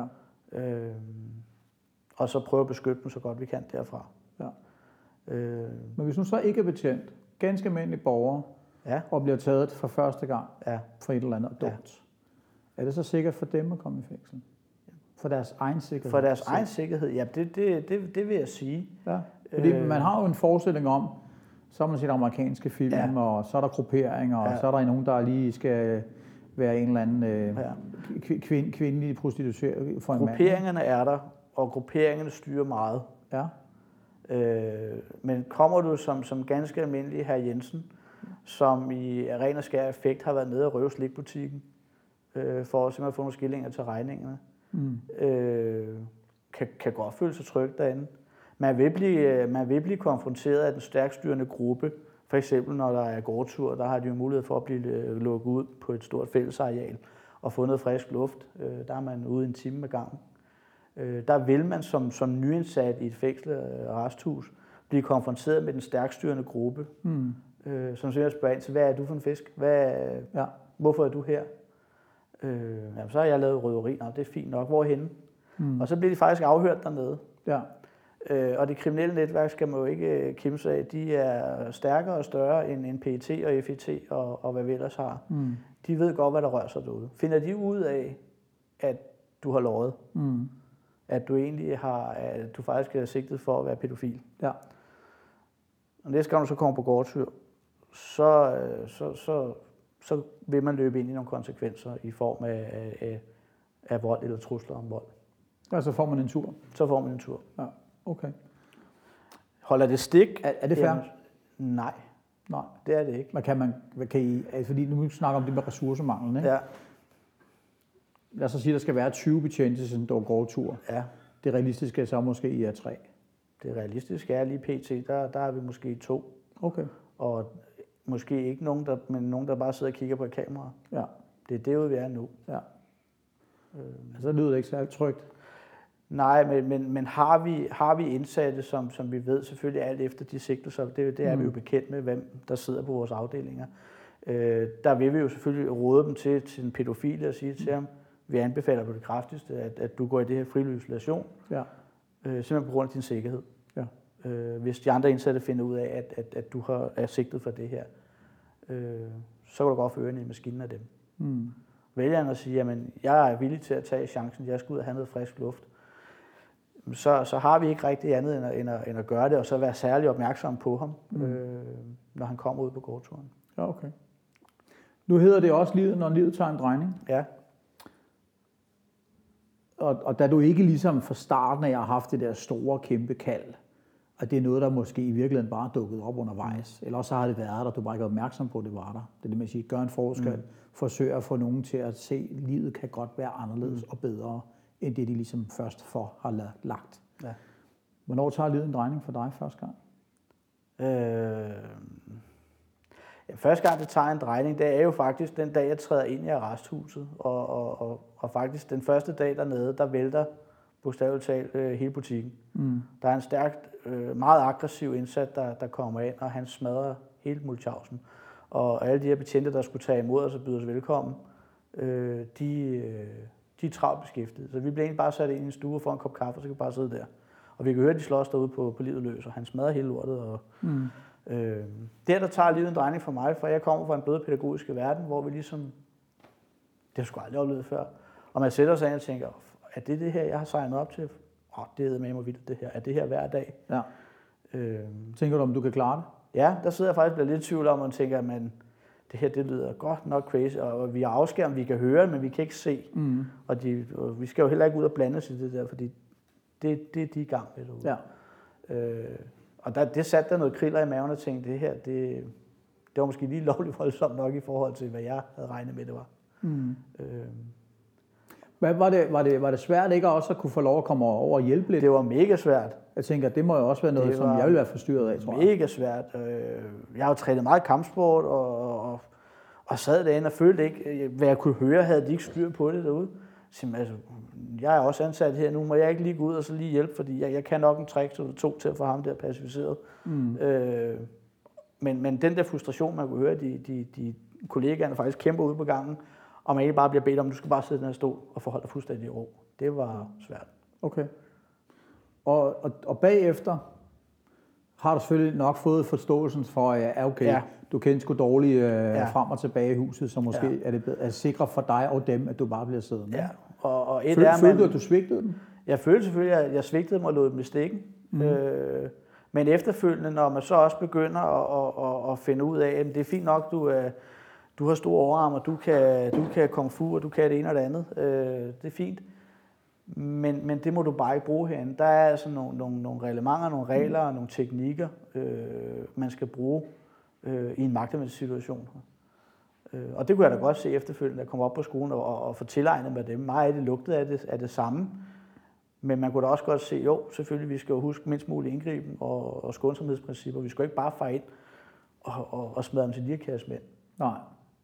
Og så prøve at beskytte dem så godt vi kan derfra. Ja. Men hvis nu så ikke er betjent, ganske almindelig borger, og bliver taget for første gang for et eller andet dumt, er det så sikkert for dem at komme i fængsel? For deres egen sikkerhed? For deres egen sikkerhed, ja, det vil jeg sige. Ja. Fordi man har jo en forestilling om, så har man set amerikanske film, og så er der grupperinger, og så er der nogen, der lige skal være en eller anden kvindelig prostitueret for en mand. Grupperingerne er der, og grupperingerne styrer meget. Ja. Men kommer du som ganske almindelig hr. Jensen, som i ren og skær effekt har været nede og røve slikbutikken, for at simpelthen få nogle skillinger til regningerne, kan godt føle sig trygt derinde. Man vil blive konfronteret af den stærkstyrende gruppe. For eksempel når der er gårdtur, der har de jo mulighed for at blive lukket ud på et stort fællesareal og få noget frisk luft. Der er man ude en time ad gangen. Der vil man som nyindsat i et fængsel arresthus blive konfronteret med den stærkstyrende gruppe, som simpelthen spørger ind til, hvad er du for en fisk? Hvorfor er du her? Jamen, så har jeg lavet røveri. Nå, det er fint nok. Hvorhenne? Og så bliver de faktisk afhørt dernede. Ja. Og det kriminelle netværk skal man jo ikke kimse af. De er stærkere og større end PET og FET og hvad vi ellers har. De ved godt, hvad der rører sig derude. Finder de ud af, at du har løjet, at du egentlig at du faktisk er sigtet for at være pædofil. Ja. Og næste gang du så kommer på gårdtur, så vil man løbe ind i nogle konsekvenser i form af vold eller trusler om vold. Ja, så får man en tur. Så får man en tur. Ja, okay. Holder det stik? Er det fair? Nej, det er det ikke. Men fordi nu snakker om det med ressourcemanglen, ikke? Ja. Lad os så sige, at der skal være 20 betjente, som der går tur. Ja. Det realistiske er så måske i 3. Det realistiske er lige pt. Der er vi måske 2. Okay. Og måske ikke nogen, der bare sidder og kigger på et kamera. Ja. Det er derude, vi er nu. Ja. Altså, det lyder ikke særlig trygt. Nej, men har vi indsatte, som vi ved selvfølgelig alt efter de sigtelser, det er vi jo bekendt med, hvem der sidder på vores afdelinger. Der vil vi jo selvfølgelig råde dem til den pædofile og sige til ham, vi anbefaler på det kraftigste, at du går i det her frivillig isolation, simpelthen på grund af din sikkerhed. Ja. Hvis de andre indsatte finder ud af, at du er sigtet for det her, så kan du godt få ørerne i maskinen af dem. Vælger han at sige, jamen jeg er villig til at tage chancen, jeg skal ud og have noget frisk luft, så har vi ikke rigtig andet end at gøre det, og så være særlig opmærksom på ham, når han kommer ud på gårdturen. Ja, okay. Nu hedder det også livet, når livet tager en drejning. Ja. Og da du ikke ligesom fra starten af har haft det der store, kæmpe kald, og det er noget, der måske i virkeligheden bare dukket op undervejs, eller også har det været der, du bare ikke er opmærksom på, at det var der. Det er det med at sige, gør en forskel, forsøg at få nogen til at se, at livet kan godt være anderledes og bedre, end det de ligesom først for har lagt. Ja. Hvornår tager livet en drejning for dig første gang? Første gang det tager en drejning, det er jo faktisk den dag, jeg træder ind i arresthuset. Og faktisk den første dag dernede, der vælter bogstaveligt talt hele butikken. Der er en stærkt, meget aggressiv indsat, der kommer ind, og han smadrer hele Mulchausen. Og alle de her betjente, der skulle tage imod os og byde os velkommen, de er travlt beskæftiget. Så vi blev egentlig bare sat ind i en stue og får en kop kaffe, og så kan vi bare sidde der. Og vi kan høre, at de slås derude på livet løs, og han smadrer hele lortet. Og, der tager livet en drejning for mig, for jeg kommer fra en bløde pædagogiske verden, hvor vi ligesom, det har jeg sgu aldrig oplevet før. Og man sætter sig ind og tænker, er det her, jeg har signet op til? Det er med mig vildt, det her. Er det her hver dag? Ja. Tænker du, om du kan klare det? Ja, der sidder jeg faktisk og bliver lidt i tvivl om, og tænker, at det her, det lyder godt nok crazy, og vi er afskærmet, vi kan høre, men vi kan ikke se. Og vi skal jo heller ikke ud og blande os i det der, fordi det er de i gang med derude. Ja. Og det satte der noget kriller i maven og tænkte, det her, det var måske lige lovligt voldsomt nok i forhold til, hvad jeg havde regnet med, det var. Var det svært ikke også at kunne få lov at komme over og hjælpe lidt? Det var mega svært. Jeg tænker, det må jo også være noget, som jeg vil være forstyrret af, tror jeg. Mega svært. Jeg har jo trænet meget kampsport, og sad derinde og følte ikke, hvad jeg kunne høre, havde de ikke styr på det derude. Så, altså, jeg er også ansat her nu, må jeg ikke lige gå ud og så lige hjælpe, fordi jeg kan nok en trick, så det tog til at få ham der pacificeret. Men den der frustration, man kunne høre, de kollegaerne faktisk kæmper ude på gangen, og man ikke bare bliver bedt om, du skal bare sidde i den her stol og forholde dig fuldstændig i ro. Det var svært. Okay. Og bagefter har du selvfølgelig nok fået forståelsen for, at du kender sgu dårligt frem og tilbage i huset, så måske er det sikre for dig og dem, at du bare bliver siddende. Ja. Følte du, at du svigtede dem? Jeg følte selvfølgelig, at jeg svigtede dem og lod dem i stikken. Men efterfølgende, når man så også begynder at finde ud af, at det er fint nok, du har store overarme, og du kan kung fu, og du kan det ene og det andet. Det er fint. Men det må du bare ikke bruge herinde. Der er altså nogle reglementer, nogle regler og nogle teknikker, man skal bruge i en magtanvendelsessituation. Og det kunne jeg da godt se efterfølgende, at jeg kom op på skolen og få tilegnet med dem. Meget af det lugtede af det samme. Men man kunne da også godt se, jo, selvfølgelig, vi skal jo huske mindst mulig indgriben og skånsomhedsprincipper. Vi skal ikke bare fare ind og smadre dem til lirakassemænd. Nej.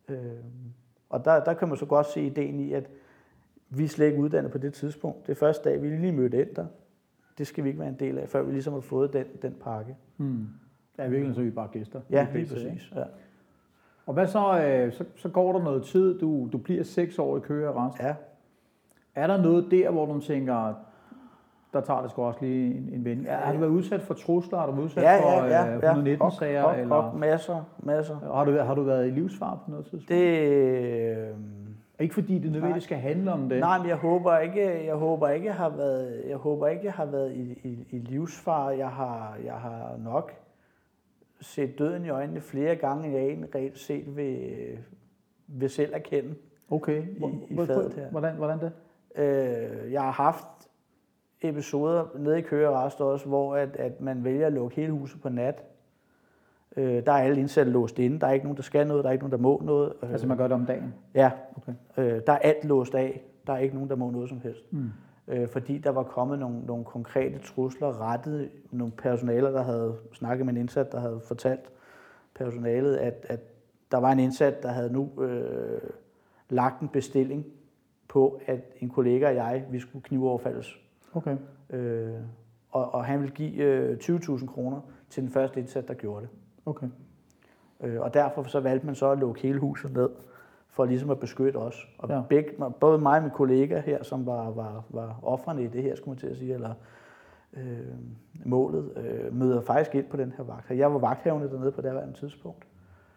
Og der kan man så godt se ideen i, at vi er slet ikke uddannet på det tidspunkt. Det første dag, vi lige mødte ind der, det skal vi ikke være en del af, før vi ligesom har fået den pakke. Ja, virkelig så er vi bare gæster. Ja, lige præcis. Ja. Og hvad så går der noget tid, du bliver 6 år i Køge Arrest. Ja. Er der noget der, hvor du tænker, der tager det sgu også lige en vending? Har du været udsat for trusler? Har du været udsat for 119-sager? Eller? Masser. Har du været i livsfare på noget tidspunkt? Ikke fordi det nødvendigvis skal handle om det. Nej, men jeg håber ikke, jeg har været i livsfare. Jeg har nok set døden i øjnene flere gange, end jeg egentlig reelt set vil selv erkende. Okay. I fadet her. Hvordan det? Jeg har haft episoder nede i Køge Arrest også, hvor at man vælger at lukke hele huset på nat. Der er alle indsatte låst inde. Der er ikke nogen, der skal noget. Der er ikke nogen, der må noget. Altså man gør det om dagen? Ja. Okay. Der er alt låst af. Der er ikke nogen, der må noget som helst. Fordi der var kommet nogle konkrete trusler rettet. Nogle personaler, der havde snakket med en indsat, der havde fortalt personalet, at der var en indsat, der havde nu lagt en bestilling på, at en kollega og jeg, vi skulle knivoverfaldes. Okay. Og han ville give 20.000 kroner til den første indsat, der gjorde det. Okay. Og derfor så valgte man så at lukke hele huset ned, for ligesom at beskytte os. Og ja. Både mig og min kollega her, som var ofrene i det her, skulle man til at sige, eller målet, møder faktisk ind på den her vagt. Jeg var vagthavende dernede på det her tidspunkt,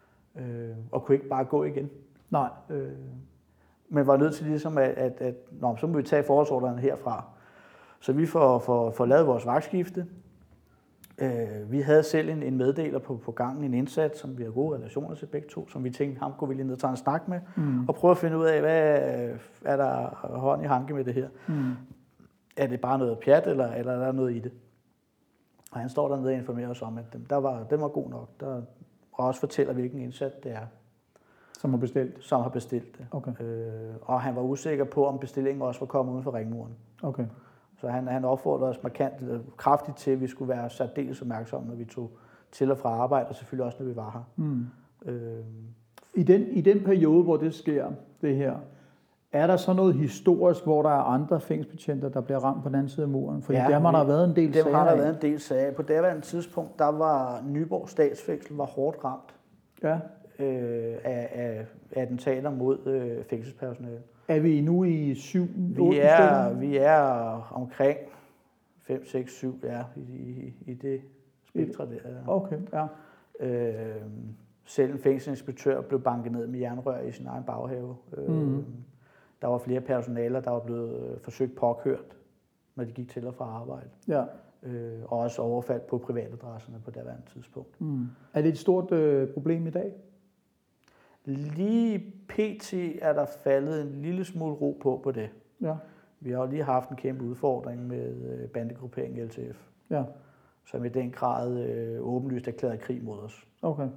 og kunne ikke bare gå igen. Nej. Men var nødt til ligesom, så må vi tage forholdsordrene herfra. Så vi får lavet vores vagtskifte, Vi havde selv en meddeler på gangen, en indsat, som vi har gode relationer til begge to, som vi tænkte, ham kunne vi lige ned og tage en snak med, og prøve at finde ud af, hvad er der hånd i hanke med det her. Er det bare noget pjat, eller er der noget i det? Og han står dernede og informerer os om, at den var god nok. Og også fortæller, hvilken indsat det er. Som har bestilt? Som har bestilt det. Okay. Og han var usikker på, om bestillingen også var kommet uden for ringmuren. Okay. Så han opfordrede os kraftigt til, at vi skulle være særdeles opmærksomme, når vi tog til og fra arbejde, og selvfølgelig også, når vi var her. I den periode, hvor det sker, det her, er der så noget historisk, hvor der er andre fængselsbetjenter, der bliver ramt på den anden side af muren? For der har der været en del sager. Der har der været en del sager. På daværende tidspunkt, der var Nyborg Statsfængsel hårdt ramt af attentater mod fængselspersonale. Er vi nu i 7-8 Vi er omkring 5, 6, 7, i det spektra der. Okay, ja. Selv en fængselsinspektør blev banket ned med jernrør i sin egen baghave. Der var flere personaler, der var blevet forsøgt påkørt, når de gik til og fra arbejde. Ja. Og også overfald på privatadresserne på daværende tidspunkt. Er det et stort problem i dag? Lige pt. Er der faldet en lille smule ro på det. Ja. Vi har jo lige haft en kæmpe udfordring med bandegrupperingen LTF, som i den grad åbenlyst erklærede krig mod os. Okay.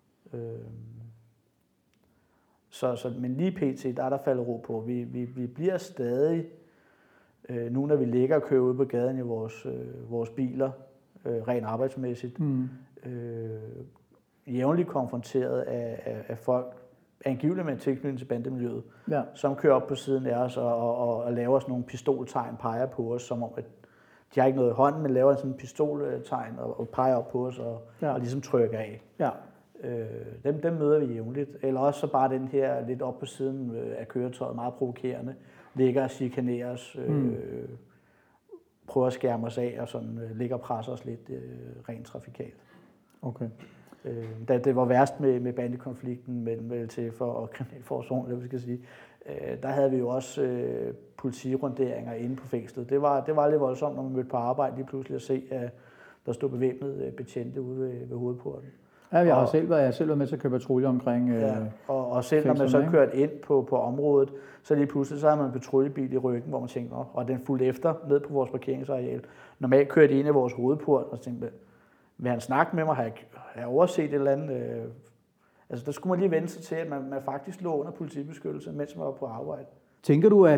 Men lige pt. Der er der faldet ro på. Vi bliver stadig, nu når vi ligger og kører ude på gaden i vores biler, rent arbejdsmæssigt, jævnligt konfronteret af folk, angiveligt med en tilknytning til bandemiljøet, som kører op på siden af os og laver sådan nogle pistoltegn, peger på os, som om, at de har ikke noget i hånden, men laver sådan en pistoltegn og peger op på os og ligesom trykker af. Ja. Dem møder vi jævnligt. Eller også så bare den her lidt op på siden af køretøjet, meget provokerende, ligger og chikanerer os, prøver at skærme os af og sådan, ligger og presser os lidt rent trafikalt. Okay. Da det var værst med bandekonflikten mellem LTF og Kriminalforsorgen, det vi skal sige, der havde vi jo også politirunderinger inde på fængslet. Det var lidt voldsomt, når man mødte på arbejde lige pludselig at se, at der stod bevæbnede betjente ude ved hovedporten. Ja, jeg har selv været med til at køre patrulje omkring og selv når man så kørte ind på området, så lige pludselig så havde man en patruljebil i ryggen, hvor man tænkte, og den fulgte efter ned på vores parkeringsareal. Normalt kørte de ind i vores hovedport, og så tænkte, vil han snakke med mig? Har jeg overset et eller andet? Altså, der skulle man lige vende sig til, at man faktisk lå under politibeskyttelse, mens man var på arbejde. Tænker du,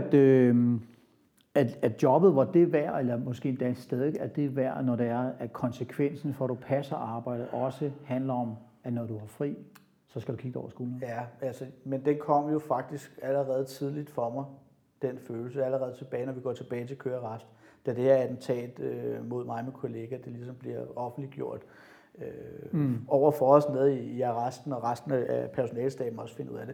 at jobbet var det værd, eller måske endda stadig er det værd, når det er, at konsekvensen for, at du passer arbejdet, også handler om, at når du er fri, så skal du kigge over skulderen? Ja, altså, men den kom jo faktisk allerede tidligt for mig, den følelse, allerede tilbage, når vi går tilbage til kørearrest. Da det her attentat mod mig med kollega, det ligesom bliver offentliggjort over for os nede i arresten, og resten af personalestaben også finder ud af det,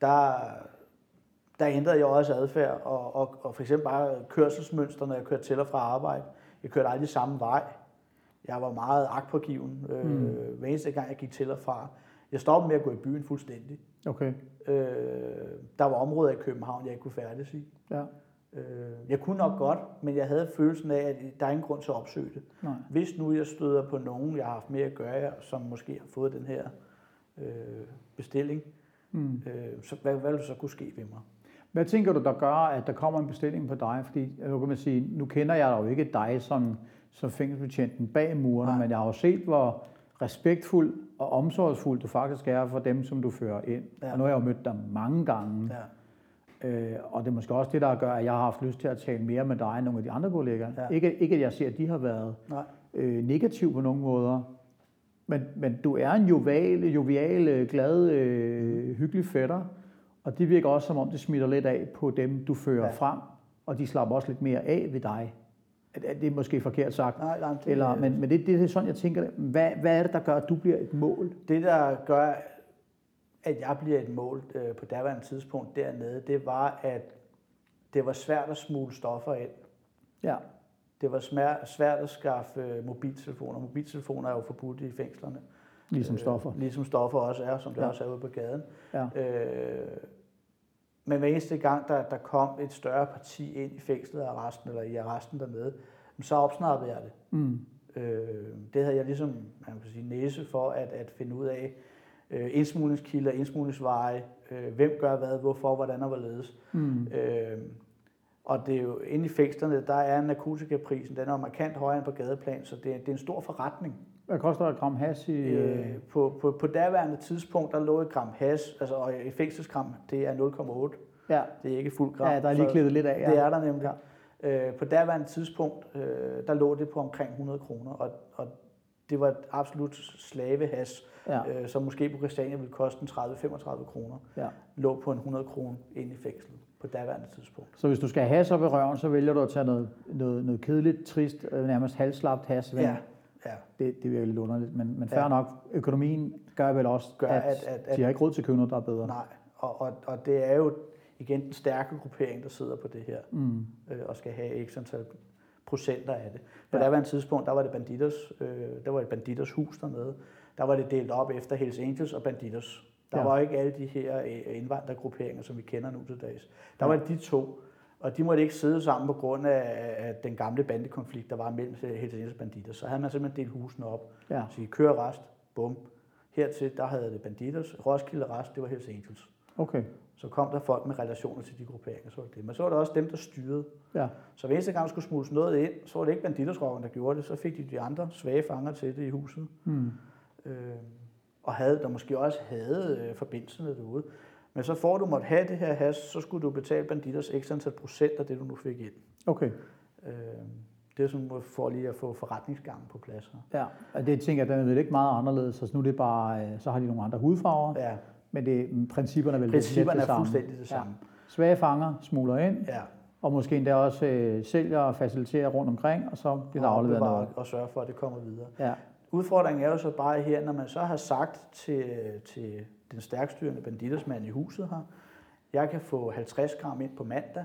der ændrede jeg også adfærd, og for eksempel bare kørselsmønster, når jeg kørte til og fra arbejde. Jeg kørte aldrig samme vej. Jeg var meget agtpågiven hver eneste gang, jeg gik til og fra. Jeg stoppede med at gå i byen fuldstændig. Okay. Der var områder i København, jeg ikke kunne færdes i. Ja. Jeg kunne nok godt, men jeg havde følelsen af, at der er ingen grund til at opsøge det. Nej. Hvis nu jeg støder på nogen, jeg har haft mere at gøre, som måske har fået den her bestilling, så hvad vil så kunne ske ved mig? Hvad tænker du, der gør, at der kommer en bestilling på dig? Fordi nu kan man sige, nu kender jeg jo ikke dig som fængselsbetjenten bag murene, men jeg har jo set, hvor respektfuld og omsorgsfuld du faktisk er for dem, som du fører ind. Ja. Og nu har jeg jo mødt dig mange gange. Ja. Og det er måske også det, der gør, at jeg har haft lyst til at tale mere med dig end nogle af de andre kolleger. Ja. Ikke at jeg ser, at de har været negativ på nogen måder. Men du er en jovial, glad, hyggelig fætter. Og det virker også, som om det smitter lidt af på dem, du fører frem. Og de slapper også lidt mere af ved dig. Det er måske forkert sagt. Nej, men det er sådan, jeg tænker. Hvad er det, der gør, at du bliver et mål? Det, der gør, at jeg bliver et mål på daværende tidspunkt dernede, det var, at det var svært at smule stoffer ind. Ja. Det var svært at skaffe mobiltelefoner. Mobiltelefoner er jo forbudt i fængslerne. Ligesom stoffer. Ligesom stoffer også er, som det også er ude på gaden. Ja. Men hver eneste gang, der kom et større parti ind i fængslet eller i arresten dernede, så opsnappede jeg det. Det havde jeg ligesom, man kan sige, næse for at finde ud af indsmugningskilder, indsmugningsveje, hvem gør hvad, hvorfor, hvordan og hvorledes. Og det er jo inde i fængslerne, der er narkotikaprisen, den er markant højere end på gadeplan, så det er en stor forretning. Hvad koster et gram hash i... På daværende tidspunkt, der lå et gram hash, altså og et fængselsgram, det er 0,8. Ja. Det er ikke fuld gram. Ja, der er lige klippet lidt af. Ja. Det er der nemlig. Ja. På daværende tidspunkt, der lå det på omkring 100 kroner, og det var et absolut slavehash, som måske på Christiania ville koste en 30-35 kroner. Ja. Lå på en 100 kroner inde i fængslet på daværende tidspunkt. Så hvis du skal have hash op i røven, så vælger du at tage noget kedeligt, trist, nærmest halvslapt hash. Ja. Det virker lidt underligt, men fair nok. Økonomien gør vel også, at de har ikke råd til at købe noget, der er bedre. Nej, og det er jo igen den stærke gruppering, der sidder på det her, og skal have x antal procenter af det. På daværende tidspunkt, der var det Banditers hus dernede. Der var det delt op efter Hells Angels og Banditers. Der var ikke alle de her indvandrergrupperinger, som vi kender nu til dags. Der var det de to, og de måtte ikke sidde sammen på grund af den gamle bandekonflikt, der var mellem Hells Angels og Banditers. Så havde man simpelthen delt husene op. Ja. Så I kører rest, bum. Hertil, der havde det Banditers. Roskilde rest, det var Hells Angels. Okay. Så kom der folk med relationer til de grupperinger, så var det. Men så var der også dem, der styrede. Ja. Så hver eneste gang skulle smugles noget ind, så var det ikke Banditersrockerne, der gjorde det. Så fik de andre svage fanger til det i huset. Og der måske også havde forbindelserne derude. Men så for du måtte have det her hash, så skulle du betale Banditers x antal procent af det, du nu fik ind. Okay. Det er sådan for lige at få forretningsgangen på plads. Ja, og det tænker jeg, det er ikke meget anderledes. Så nu er det bare, så har de nogle andre hudfarver. Ja. Men principperne er vel principperne er fuldstændig det samme. Ja. Svage fanger smugler ind, og måske endda også sælger og faciliterer rundt omkring, og så bliver der afleveret noget. Og sørge for, at det kommer videre. Ja. Udfordringen er jo så bare her, når man så har sagt til den stærkstyrende banditersmand i huset her, jeg kan få 50 gram ind på mandag.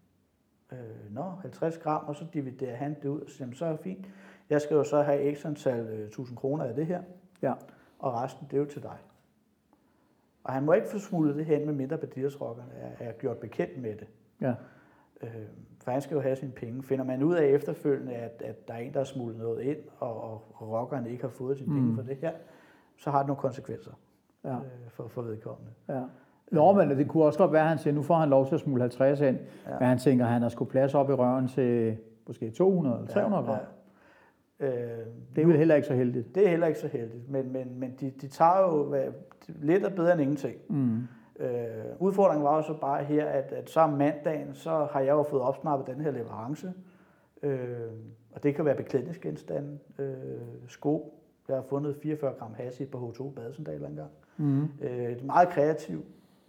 50 gram, og så dividerer han det ud, og siger, så er det fint. Jeg skal jo så have x antal 1000 kroner af det her, og resten, det er jo til dig. Og han må ikke få smuglet det hen, med mindre banditersrockerne er gjort bekendt med det. Ja. For han skal jo have sine penge. Finder man ud af efterfølgende, at der er en, der har smuglet noget ind, og rockerne ikke har fået sine penge for det her, så har det nogle konsekvenser for vedkommende. Ja. Nå, men det kunne også godt være, at han siger, nu får han lov til at smugle 50 ind, men han tænker, at han har sgu plads op i røven til måske 200 eller 300 gram. Det er vel heller ikke så heldigt. Det er heller ikke så heldigt, men de tager jo lidt og bedre end ingenting. Udfordringen var jo så bare her, at så om mandagen, så har jeg jo fået opsnappet den her leverance, og det kan være beklædningsgenstande, sko. Jeg har fundet 44 gram hash i et par H2 badesandaler engang. Det er meget kreativt.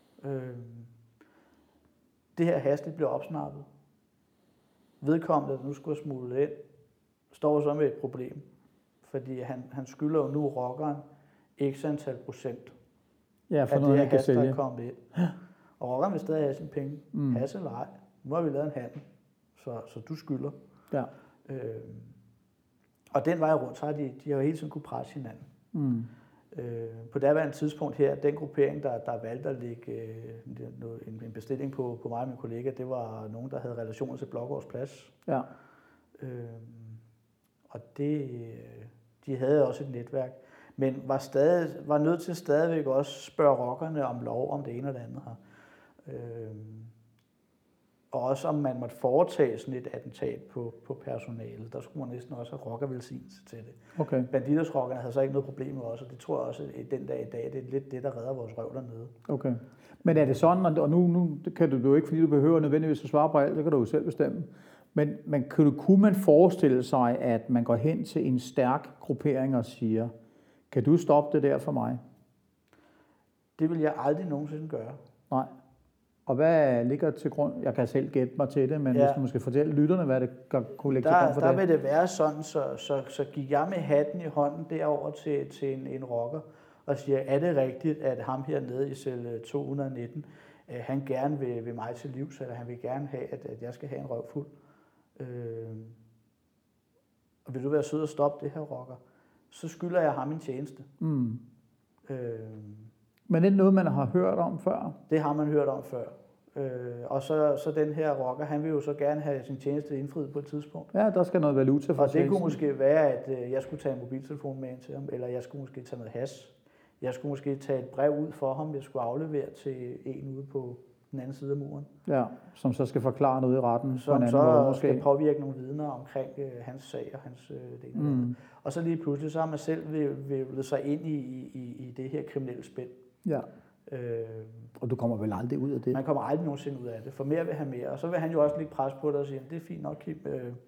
Det her hash, det bliver opsnappet. Vedkommende, der nu skulle have smuglet ind, står så med et problem, fordi han skylder jo nu rockeren x antal procent af det her hash, der er kommet ind. Og rockeren vil stadig have sine penge. Hash eller ej. Nu har vi lavet en handel, så du skylder. Ja. Og den vej rundt, så har de har jo hele tiden kunne presse hinanden. På daværende tidspunkt her, den gruppering, der valgte at lægge en bestilling på mig og min kollega, det var nogen, der havde relationer til Blågårds Plads. Ja. Og de havde også et netværk, men var nødt til stadigvæk også spørge rockerne om lov om det ene og det andet her. Og også om man måtte foretage sådan et attentat på personalet. Der skulle man næsten også have rockervelsignelse til det. Okay. Banditersrockerne havde så ikke noget problem med os, og det tror jeg også, at den dag i dag, det er lidt det, der redder vores røv dernede. Okay. Men er det sådan, og nu kan du jo ikke, fordi du behøver nødvendigvis at svare på alt, det kan du jo selv bestemme. Men kunne man forestille sig, at man går hen til en stærk gruppering og siger, kan du stoppe det der for mig? Det vil jeg aldrig nogensinde gøre. Nej. Og hvad ligger til grund? Jeg kan selv gætte mig til det, men hvis du måske fortælle lytterne, hvad det kunne ligge til grund for det. Der vil det være sådan, så gik jeg med hatten i hånden derover til en rocker og siger, er det rigtigt, at ham hernede i celle 219, han gerne vil mig til livs, eller han vil gerne have, at jeg skal have en røv fuld. Og vil du være sød og stoppe det her rocker, så skylder jeg ham en tjeneste. Men det er noget, man har hørt om før? Det har man hørt om før. Og så den her rocker, han vil jo så gerne have sin tjeneste indfriet på et tidspunkt. Ja, der skal noget valuta for. Og det kunne måske være, at jeg skulle tage en mobiltelefon med ind til ham, eller jeg skulle måske tage noget hash. Jeg skulle måske tage et brev ud for ham, jeg skulle aflevere til en ude på den anden side af muren. Ja, som så skal forklare noget i retten. Som så skal påvirke nogle vidner omkring hans sag og hans del. Og så lige pludselig, så har man selv vævlet sig ind i det her kriminelle spænd. Ja. Og du kommer vel aldrig ud af det? Man kommer aldrig nogensinde ud af det, for mere vil have mere. Og så vil han jo også lægge pres på dig og sige, det er fint nok, Kim,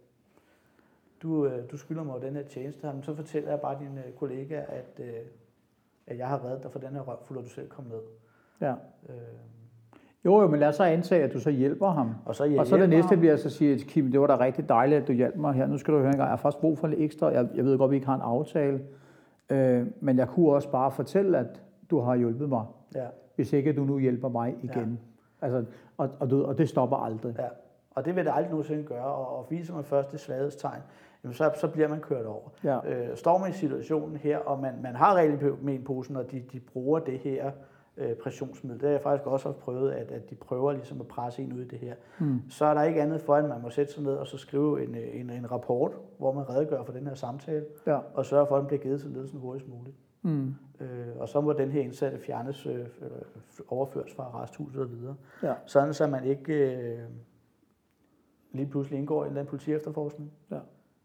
du skylder mig den her tjeneste. Så fortæller jeg bare dine kollegaer, at jeg har reddet dig for den her røvfuld, og du selv kom ned. Ja. Jo, men lad os så antage, at du så hjælper ham. Og så det næste bliver så sige, at Kim, det var da rigtig dejligt, at du hjalp mig her. Nu skal du høre en gang, jeg har faktisk brug for lidt ekstra. Jeg ved godt, at vi ikke har en aftale, men jeg kunne også bare fortælle, at du har hjulpet mig, hvis ikke du nu hjælper mig igen. Ja. Altså, og det stopper aldrig. Ja. Og det vil det aldrig nogensinde gøre, og viser man først det svaghedstegn, så bliver man kørt over. Ja. Står man i situationen her, og man har reelt med en posen, og de bruger det her pressionsmiddel, det har jeg faktisk også haft prøvet, at de prøver ligesom at presse en ud i det her, så er der ikke andet for, at man må sætte sig ned og så skrive en rapport, hvor man redegør for den her samtale, og sørge for, at den bliver givet til ledelsen hurtigst muligt. Og så må den her indsatte fjernes, overføres fra arresthuset og videre. Ja. Sådan, så man ikke lige pludselig indgår i den politiefterforskning. Ja.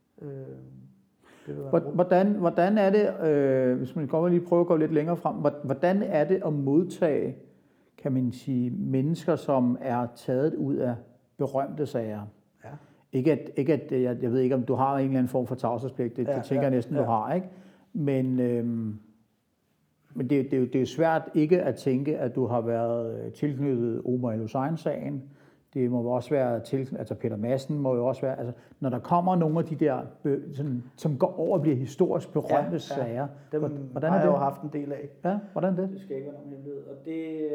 Hvordan er det, hvis man godt lige prøver at gå lidt længere frem, hvordan er det at modtage, kan man sige, mennesker, som er taget ud af berømte sager? Ja. Ikke at jeg ved ikke, om du har en eller anden form for tavshedspligt, det tænker jeg næsten, du har, ikke? Men det er jo svært ikke at tænke, at du har været tilknyttet Omar El-Hussein-sagen. Det må også være altså Peter Madsen må jo også være, altså når der kommer nogle af de der, som går over og bliver historisk berømte sager. Dem hvordan har jeg jo haft en del af. Ja, hvordan det? Det skal ikke være nogen hemmelighed. Og det,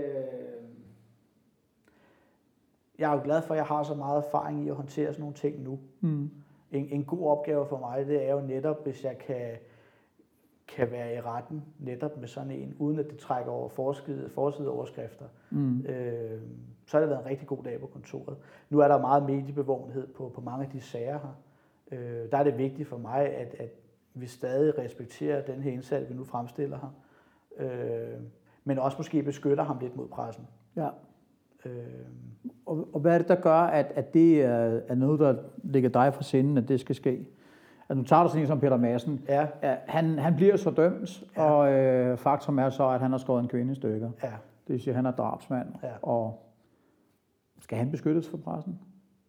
jeg er jo glad for, at jeg har så meget erfaring i at håndtere sådan nogle ting nu. En god opgave for mig, det er jo netop, hvis jeg kan være i retten netop med sådan en, uden at det trækker over forsideoverskrifter. Så har det været en rigtig god dag på kontoret. Nu er der meget mediebevågenhed på mange af de sager her. Der er det vigtigt for mig, at vi stadig respekterer den her indsats, vi nu fremstiller her. Men også måske beskytter ham lidt mod pressen. Ja. Og hvad er det, der gør, at det er noget, der ligger dig for sinden, at det skal ske? Altså, nu tager du sådan en som Peter Madsen. Ja. Han bliver så dømt, og faktum er så, at han har skåret en kvinde i stykker. Ja. Det vil sige, at han er drabsmand. Ja. Og skal han beskyttes for pressen?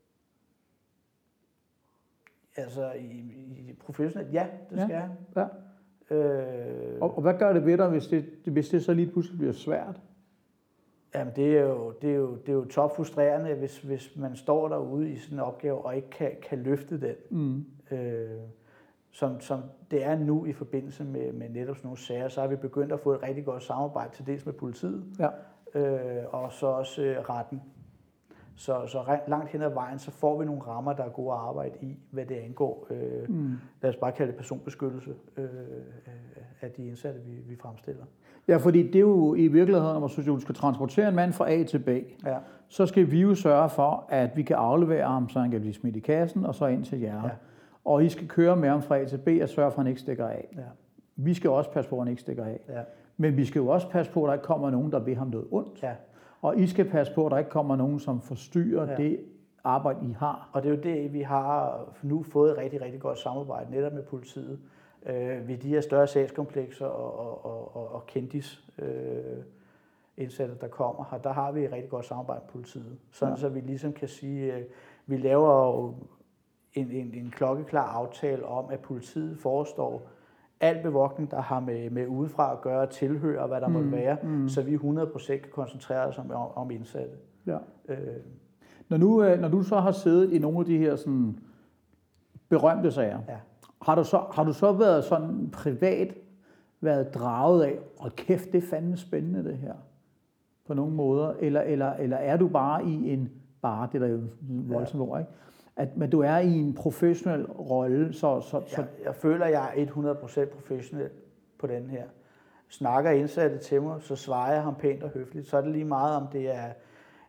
Altså, i professionelt, ja, det skal han. Ja. Og hvad gør det ved dig, hvis det så lige pludselig bliver svært? Jamen, det er jo topfrustrerende, hvis man står derude i sådan en opgave, og ikke kan løfte den. Som det er nu i forbindelse med netop sådan nogle sager, så har vi begyndt at få et rigtig godt samarbejde, til dels med politiet, og så også retten. Så langt hen ad vejen, så får vi nogle rammer, der er gode at arbejde i, hvad det angår. Lad os bare kalde det personbeskyttelse af de indsatte, vi fremstiller. Ja, fordi det er jo i virkeligheden, når man synes, at du skal transportere en mand fra A til B, så skal vi jo sørge for, at vi kan aflevere ham, så han kan blive smidt i kassen, og så ind til jer. Ja. Og I skal køre med ham fra A til B og sørge for, at han ikke stikker af. Ja. Vi skal også passe på, at han ikke stikker af. Ja. Men vi skal jo også passe på, at der ikke kommer nogen, der vil ham noget ondt. Ja. Og I skal passe på, at der ikke kommer nogen, som forstyrrer det arbejde, I har. Og det er jo det, vi har nu fået et rigtig, rigtig godt samarbejde netop med politiet. Ved de her større sagskomplekser og kendis indsatte, der kommer her, der har vi et rigtig godt samarbejde med politiet. Sådan så vi ligesom kan sige, vi laver en klokkeklar aftale om, at politiet forestår al bevogtning, der har med udefra at gøre, tilhører, hvad der måtte være, så vi 100% kan koncentrere os om indsatte. Ja. Når du så har siddet i nogle af de her sådan berømte sager, har du så været sådan privat draget af, og kæft, det er fandme spændende det her, på nogle måder, eller er du bare i en, det er der jo voldsomt ord, ikke? Men du er i en professionel rolle, så... Jeg føler, at jeg er 100% professionel på den her. Snakker indsatte til mig, så svarer jeg ham pænt og høfligt. Så er det lige meget, om det er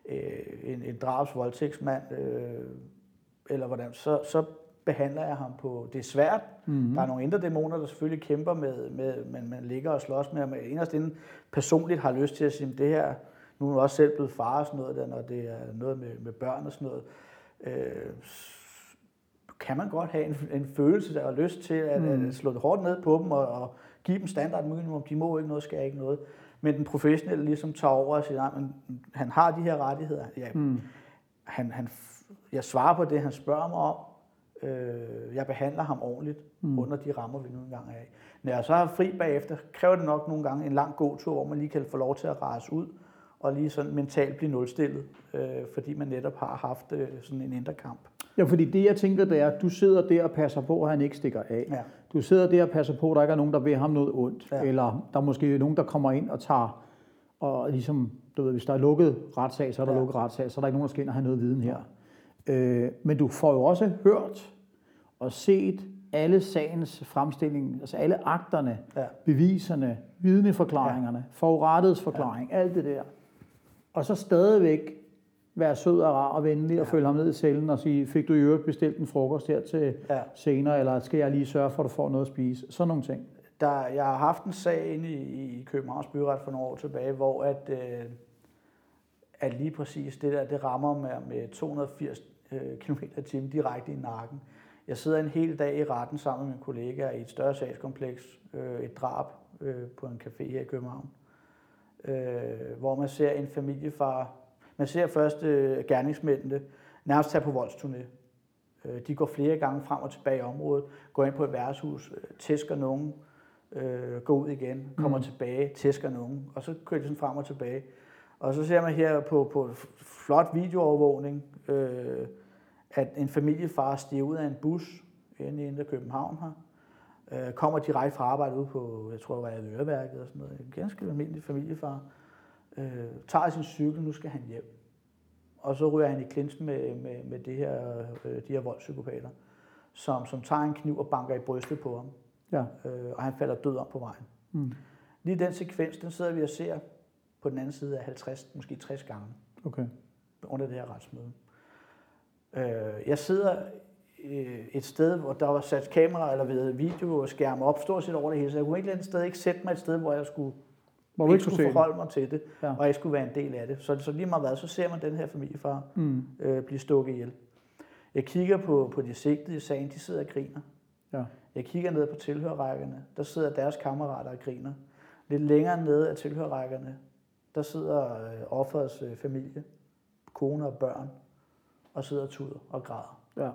en drabsvoldtægtsmand, eller hvordan, så behandler jeg ham på... Det er svært. Mm-hmm. Der er nogle indre dæmoner, der selvfølgelig kæmper men man ligger og slås med ham. Inderst inden personligt har lyst til at sige, det her... Nu er du også selv blevet far og sådan noget, der, når det er noget med børn og sådan noget. Kan man godt have en følelse, der har lyst til at slå det hårdt ned på dem og give dem standardminimum. De må ikke noget, skal ikke noget. Men den professionelle ligesom tager over og siger, nej, men han har de her rettigheder. Jeg svarer på det, han spørger mig om. Jeg behandler ham ordentligt under de rammer, vi nu engang er i. Når jeg så har fri bagefter, kræver det nok nogle gange en lang gåtur, hvor man lige kan få lov til at rase ud og lige sådan mentalt blive nulstillet, fordi man netop har haft sådan en indre kamp. Ja, fordi det jeg tænker, det er, at du sidder der og passer på, at han ikke stikker af. Ja. Du sidder der og passer på, at der ikke er nogen, der vil ham noget ondt. Ja. Eller der er måske nogen, der kommer ind og tager, og ligesom, du ved, hvis der er lukket retssag, så er der lukket retssag, så er der ikke nogen, der skal ind og have noget viden her. Men du får jo også hørt og set alle sagens fremstilling, altså alle akterne, beviserne, vidneforklaringerne, forurettets forklaring, alt det der. Og så stadigvæk være sød og rar og venlig og følge ham ned i cellen og sige, fik du i øvrigt bestilt en frokost her til senere, eller skal jeg lige sørge for, at du får noget at spise? Sådan nogle ting. Jeg har haft en sag inde i Københavns Byret for nogle år tilbage, hvor at lige præcis det der, det rammer med 280 km/t direkte i nakken. Jeg sidder en hel dag i retten sammen med mine kollegaer i et større sagskompleks, et drab på en café her i København, hvor man ser en familiefar. Man ser først gerningsmændene nærmest tage på voldsturné. De går flere gange frem og tilbage i området, går ind på et værtshus, tæsker nogen, går ud igen, kommer tilbage, tæsker nogen, og så kører de sådan frem og tilbage. Og så ser man her på flot videoovervågning, at en familiefar stiger ud af en bus inde i Indre København her, kommer direkte fra arbejde ud på, jeg tror det var Øreværket og sådan noget, en ganske almindelig familiefar, tager sin cykel, nu skal han hjem. Og så ryger han i clinchen med de her voldspsykopater, som tager en kniv og banker i brystet på ham. Ja. Og han falder død om på vejen. Mm. Lige den sekvens, den sidder vi og ser på den anden side af 50, måske 60 gange. Okay. Under det her retsmøde. Jeg sidder et sted, hvor der var sat kamera eller videoskærm op, stort set over det hele, så jeg kunne ikke sætte mig et sted, hvor jeg skulle forholde mig til det, og jeg skulle være en del af det. Så lige meget hvad, så ser man den her familiefar blive stukket ihjel. Jeg kigger på de sigtede i sagen, de sidder og griner. Ja. Jeg kigger ned på tilhørerrækkerne, der sidder deres kammerater og griner. Lidt længere nede af tilhørerrækkerne, der sidder offerets familie, kone og børn, og sidder og tuder og græder. Ja.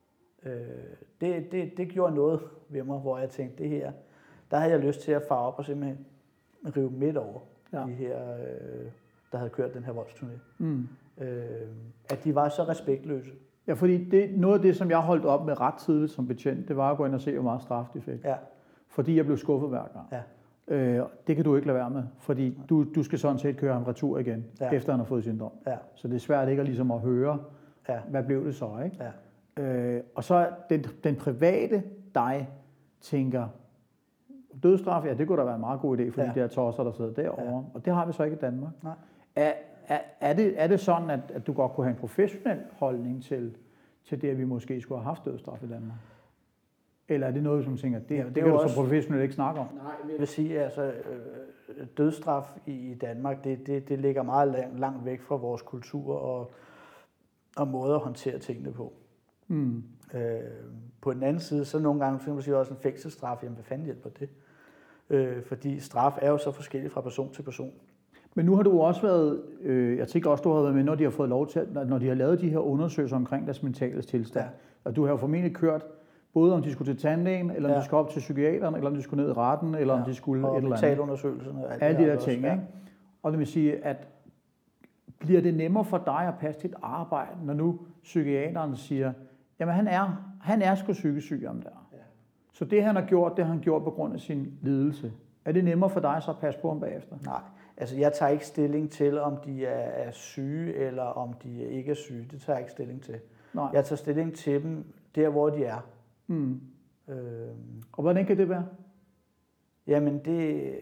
Det gjorde noget ved mig, hvor jeg tænkte, det her, der havde jeg lyst til at fare op og simpelthen rive midt over de her, der havde kørt den her voldsturné. Mm. At de var så respektløse. Ja, fordi noget af det, som jeg holdt op med ret tidligt som betjent, det var at gå ind og se, hvor meget straf de fik. Ja. Fordi jeg blev skuffet hver gang. Ja. Det kan du ikke lade være med, fordi du skal sådan set køre ham retur igen, efter han har fået sin dom. Ja. Så det er svært ikke ligesom at høre, hvad blev det så, ikke? Ja. Og så den private dig tænker, dødsstraf, ja, det kunne da være en meget god idé for de der tosser, der sidder derovre. Og det har vi så ikke i Danmark. Nej. Er det sådan, at du godt kunne have en professionel holdning til det, at vi måske skulle have haft dødsstraf i Danmark? Eller er det noget, som tænker, det kan du som professionel ikke snakke om? Nej, jeg vil sige, altså dødsstraf i Danmark, det ligger meget langt væk fra vores kultur og måde at håndtere tingene på. Mm. På den anden side, så nogle gange finder man sig også en fængselsstraf. Jamen, hvad fanden hjælper det? Fordi straf er jo så forskellig fra person til person. Men nu har du også været, jeg tænker også, du har været med, når de har fået lov til, når de har lavet de her undersøgelser omkring deres mentale tilstand. Ja. Og du har jo formentlig kørt, både om de skulle til tandlægen, eller om de skulle op til psykiateren, eller om de skulle ned i retten, eller om de skulle et eller andet. Og mentalundersøgelserne. Alle de der ting, ikke? Og det vil sige, at bliver det nemmere for dig at passe dit arbejde, når nu psykiateren siger, jamen han er sgu psykisk syg om der. Ja. Så det han har gjort, det har han gjort på grund af sin lidelse. Er det nemmere for dig så at passe på ham bagefter? Nej, altså jeg tager ikke stilling til, om de er syge, eller om de ikke er syge. Det tager jeg ikke stilling til. Nej. Jeg tager stilling til dem der, hvor de er. Og hvordan kan det være? Jamen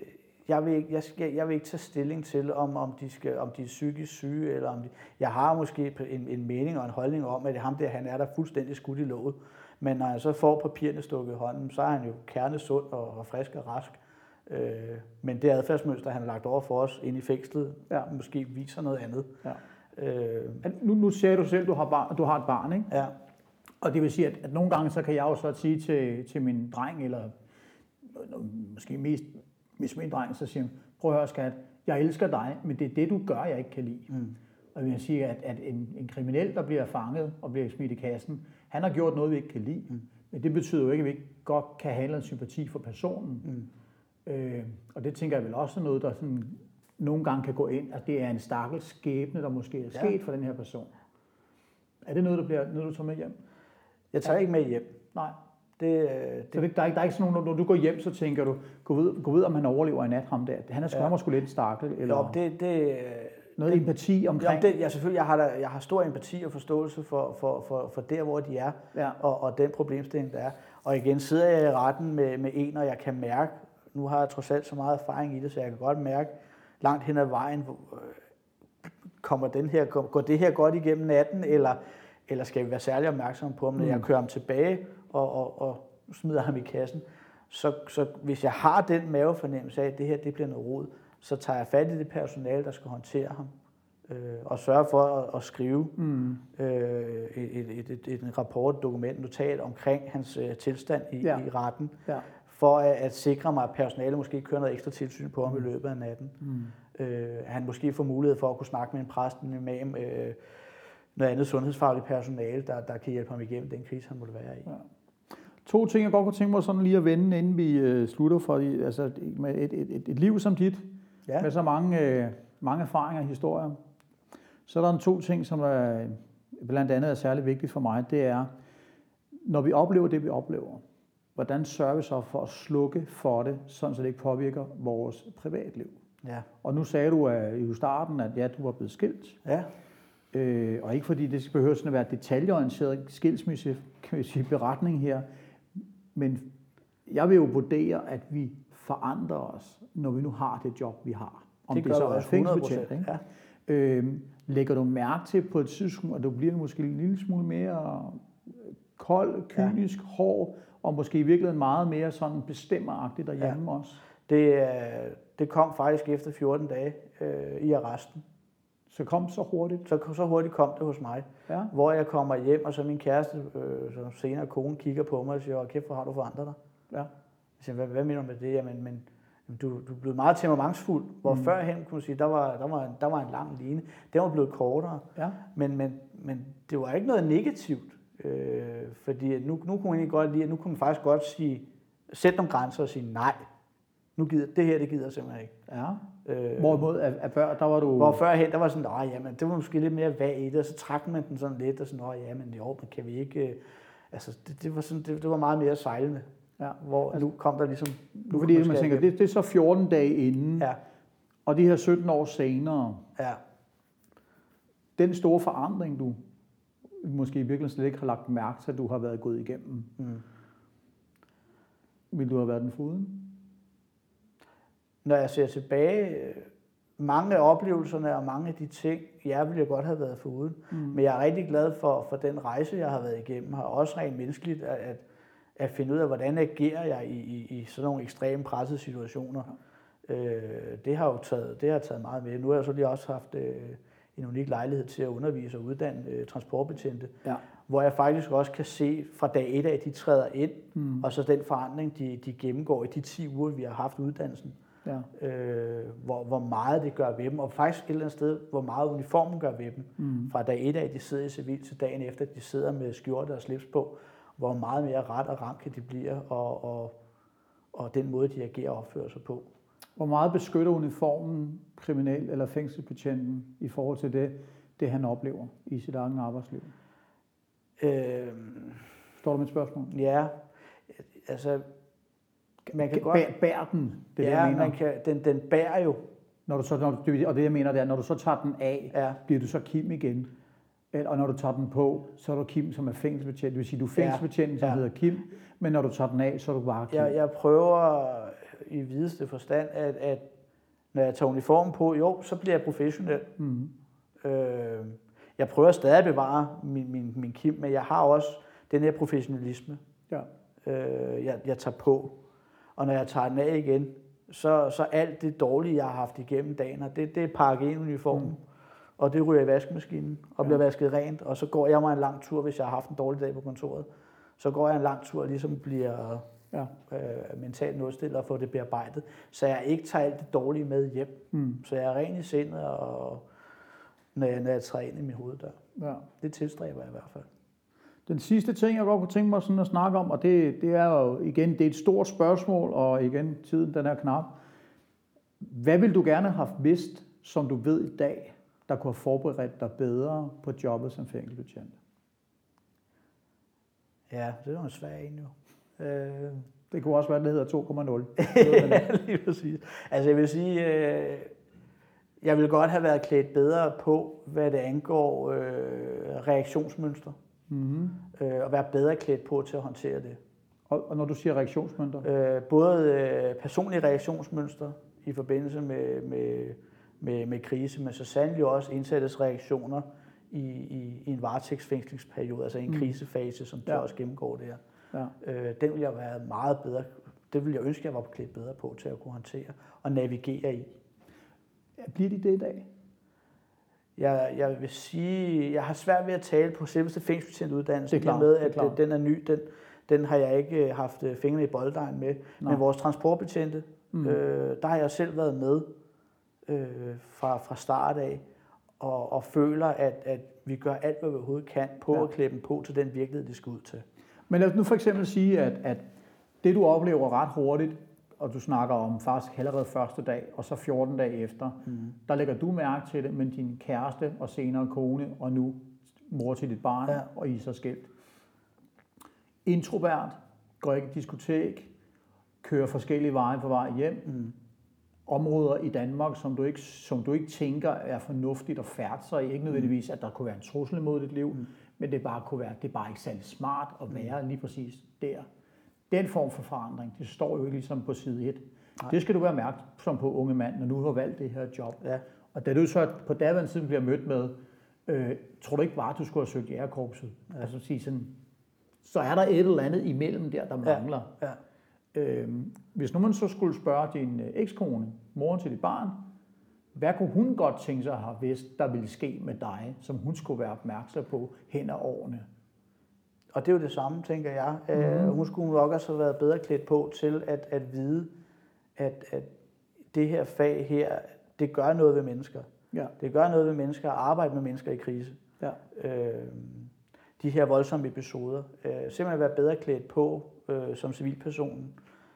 jeg vil ikke tage stilling til, om de er psykisk syge, eller om de... Jeg har måske en mening og en holdning om, at ham der, han er der fuldstændig skudt i låget. Men når jeg så får papirerne stukket i hånden, så er han jo kernesund og frisk og rask. Men det adfærdsmønster, han har lagt over for os inde i fængslet, måske viser noget andet. Ja. Nu siger du selv, du har et barn, ikke? Ja. Og det vil sige, at nogle gange så kan jeg jo så sige til min dreng, eller måske mest min dreng, så siger han, prøv at høre skat, jeg elsker dig, men det er det, du gør, jeg ikke kan lide. Og jeg vil sige, at en kriminel, der bliver fanget og bliver smidt i kassen, han har gjort noget, vi ikke kan lide. Men det betyder jo ikke, at vi ikke godt kan handle en sympati for personen. Og det tænker jeg vel også er noget, der sådan nogle gange kan gå ind, at det er en stakkels skæbne, der måske er sket for den her person. Er det noget, du tager med hjem? Jeg tager ikke med hjem. Nej. Så der er ikke sådan nogen, når du går hjem, så tænker du, gå ved, om han overlever i nat, ham der. Han er sgu lidt stakkel. Eller noget empati omkring. Ja, selvfølgelig. Jeg har stor empati og forståelse for der, hvor de er, og den problemstilling, der er. Og igen sidder jeg i retten med en, og jeg kan mærke, nu har jeg trods alt så meget erfaring i det, så jeg kan godt mærke langt hen ad vejen, går det her godt igennem natten, eller skal vi være særlig opmærksomme på ham, når jeg kører ham tilbage og smider ham i kassen. Så hvis jeg har den mavefornemmelse af, at det her bliver noget rod, så tager jeg fat i det personale, der skal håndtere ham, og sørger for at skrive et rapport, et dokument, notat omkring hans tilstand i retten, for at sikre mig, at personalet måske kører noget ekstra tilsyn på ham i løbet af natten. Han måske får mulighed for at kunne snakke med en præst, en imam, noget andet sundhedsfagligt personale, der kan hjælpe ham igennem den krise, han måtte være i. Ja. 2 ting, jeg godt kunne tænke mig sådan lige at vende, inden vi slutter, for altså, med et liv som dit, med så mange erfaringer og historier. Så er der 2 ting, som er, blandt andet er særlig vigtigt for mig, det er, når vi oplever det, vi oplever, hvordan sørger vi så for at slukke for det, sådan så det ikke påvirker vores privatliv. Ja. Og nu sagde du i starten, at du var blevet skilt. Ja. Og ikke fordi det behøver sådan at være detaljeorienteret skilsmisse, kan vi sige, beretning her, men jeg vil jo vurdere, at vi forandrer os, når vi nu har det job, vi har. Om det så er fængselsbetjent, ikke? Ja. Lægger du mærke til på et tidspunkt, at du bliver måske en lille smule mere kold, kynisk, hård, og måske i virkeligheden meget mere sådan bestemmeragtigt derhjemme også? Det kom faktisk efter 14 dage i arresten. Så kom så hurtigt? Så hurtigt kom det hos mig. Ja. Hvor jeg kommer hjem, og så min kæreste, som senere kone, kigger på mig og siger, kæft, hvor har du forandret dig? Ja. Jeg siger, hvad mener du med det? Jamen, du er blevet meget temperamentsfuld, hvor førhen, kunne man sige, der var en lang line. Den var blevet kortere. Ja. Men det var ikke noget negativt. Fordi nu kunne man egentlig godt lide, nu kunne man faktisk godt sige, sæt nogle grænser og sige nej. Det her gider jeg simpelthen ikke. Ja. Hvorimod af før, der var du... Hvor førhen, der var sådan, jamen, det var måske lidt mere vag i det, og så trak man den sådan lidt, og sådan, jamen, jo, men kan vi ikke... Altså, det var sådan, det var meget mere sejlende. Ja. Hvor nu kom der ligesom... Nu fordi man tænker, det er så 14 dage inden, og de her 17 år senere. Ja. Den store forandring, du måske i virkeligheden slet ikke har lagt mærke til, at du har været gået igennem. Vil du have været den foruden? Når jeg ser tilbage, mange af oplevelserne og mange af de ting, ville jeg godt have været foruden. Men jeg er rigtig glad for den rejse, jeg har været igennem, og også rent menneskeligt at finde ud af, hvordan agerer jeg i sådan nogle ekstremt pressede situationer. Det har taget meget med. Nu har jeg så lige også haft en unik lejlighed til at undervise og uddanne transportbetjente, hvor jeg faktisk også kan se fra dag 1 af, at de træder ind, og så den forandring, de gennemgår i de 10 uger, vi har haft uddannelsen. Ja. Hvor meget det gør ved dem, og faktisk et eller andet sted, hvor meget uniformen gør ved dem. Fra dag 1 af, de sidder i civil, til dagen efter, de sidder med skjorte og slips på, hvor meget mere ret og ranke de bliver, og den måde, de agerer og opfører sig på. Hvor meget beskytter uniformen kriminel eller fængselsbetjenten i forhold til det han oplever i sit eget arbejdsliv? Står du med et spørgsmål? Ja, altså... Man kan godt bære den, det jeg mener. Den bærer jo. Og det jeg mener, det er, når du så tager den af, bliver du så Kim igen. Og når du tager den på, så er du Kim, som er fængselsbetjent. Det vil sige, du er fængselsbetjent, som hedder Kim, men når du tager den af, så er du bare Kim. Jeg prøver i videste forstand Når jeg tager uniformen på, jo, så bliver jeg professionel. Jeg prøver stadig at bevare min kim, men jeg har også den her professionalisme, jeg tager på. Og når jeg tager den af igen, så alt det dårlige, jeg har haft igennem dagen, det er pakket ind i uniformen. Og det ryger i vaskemaskinen og bliver vasket rent. Og så går jeg mig en lang tur, hvis jeg har haft en dårlig dag på kontoret. Så går jeg en lang tur og ligesom bliver mentalt nulstillet og får det bearbejdet. Så jeg ikke tager alt det dårlige med hjem. Så jeg er ren i sindet, og når jeg træder ind i min hoveddør. Ja. Det tilstræber jeg i hvert fald. Den sidste ting, jeg godt kunne tænke mig sådan at snakke om, og det er jo igen, det er et stort spørgsmål, og igen, tiden den er knap. Hvad vil du gerne have vidst, som du ved i dag, der kunne have forberedt dig bedre på jobbet som fængselsbetjent? Ja, det var en svær en jo. Det kunne også være, det hedder 2,0. Ja, lige præcis. Altså jeg vil sige, jeg vil godt have været klædt bedre på, hvad det angår reaktionsmønstre. Og være bedre klædt på til at håndtere det. Og når du siger reaktionsmønstre? Både personlige reaktionsmønstre i forbindelse med krise, men så sandelig også indsattes reaktioner i en varetægtsfængslingsperiode, altså en krisefase, som du også gennemgår det her. Ja. Den vil jeg være meget bedre, det vil jeg ønske, jeg var klædt bedre på til at kunne håndtere og navigere i. Bliver de det i dag? Jeg vil sige, jeg har svært ved at tale på selveste fængselsbetjentuddannelse, med at den er ny, den har jeg ikke haft fingrene i bolddejen med. Men vores transportbetjente, der har jeg selv været med fra start af, og føler, at vi gør alt, hvad vi overhovedet kan på at klæde dem på til den virkelighed, de skal ud til. Men lad os nu for eksempel sige, at det du oplever ret hurtigt, og du snakker om faktisk allerede første dag, og så 14 dage efter, der lægger du mærke til det, men din kæreste og senere kone, og nu mor til dit barn, og I er så skilt. Introvert, går ikke i diskotek, kører forskellige veje på vej hjem, områder i Danmark, som du ikke tænker er fornuftigt at færde sig i. Ikke nødvendigvis, at der kunne være en trussel imod dit liv, men det er bare ikke særlig smart at være lige præcis der. Den form for forandring, det står jo ikke ligesom på side 1. Nej. Det skal du være opmærksom på, unge mand, når du har valgt det her job. Ja. Og da du så på daværende tid bliver mødt med, tror du ikke bare, at du skulle have søgt jægerkorpset? Ja. Altså sige sådan, så er der et eller andet imellem der mangler. Ja. Hvis nu man så skulle spørge din ekskone, moren til dit barn, hvad kunne hun godt tænke sig at have vidst, der ville ske med dig, som hun skulle være opmærksom på hen ad årene? Og det er jo det samme, tænker jeg. Hun skulle nok også have været bedre klædt på til at vide, at det her fag her, det gør noget ved mennesker. Ja. Det gør noget ved mennesker at arbejde med mennesker i krise. Ja. De her voldsomme episoder. Simpelthen være bedre klædt på som civilpersonen.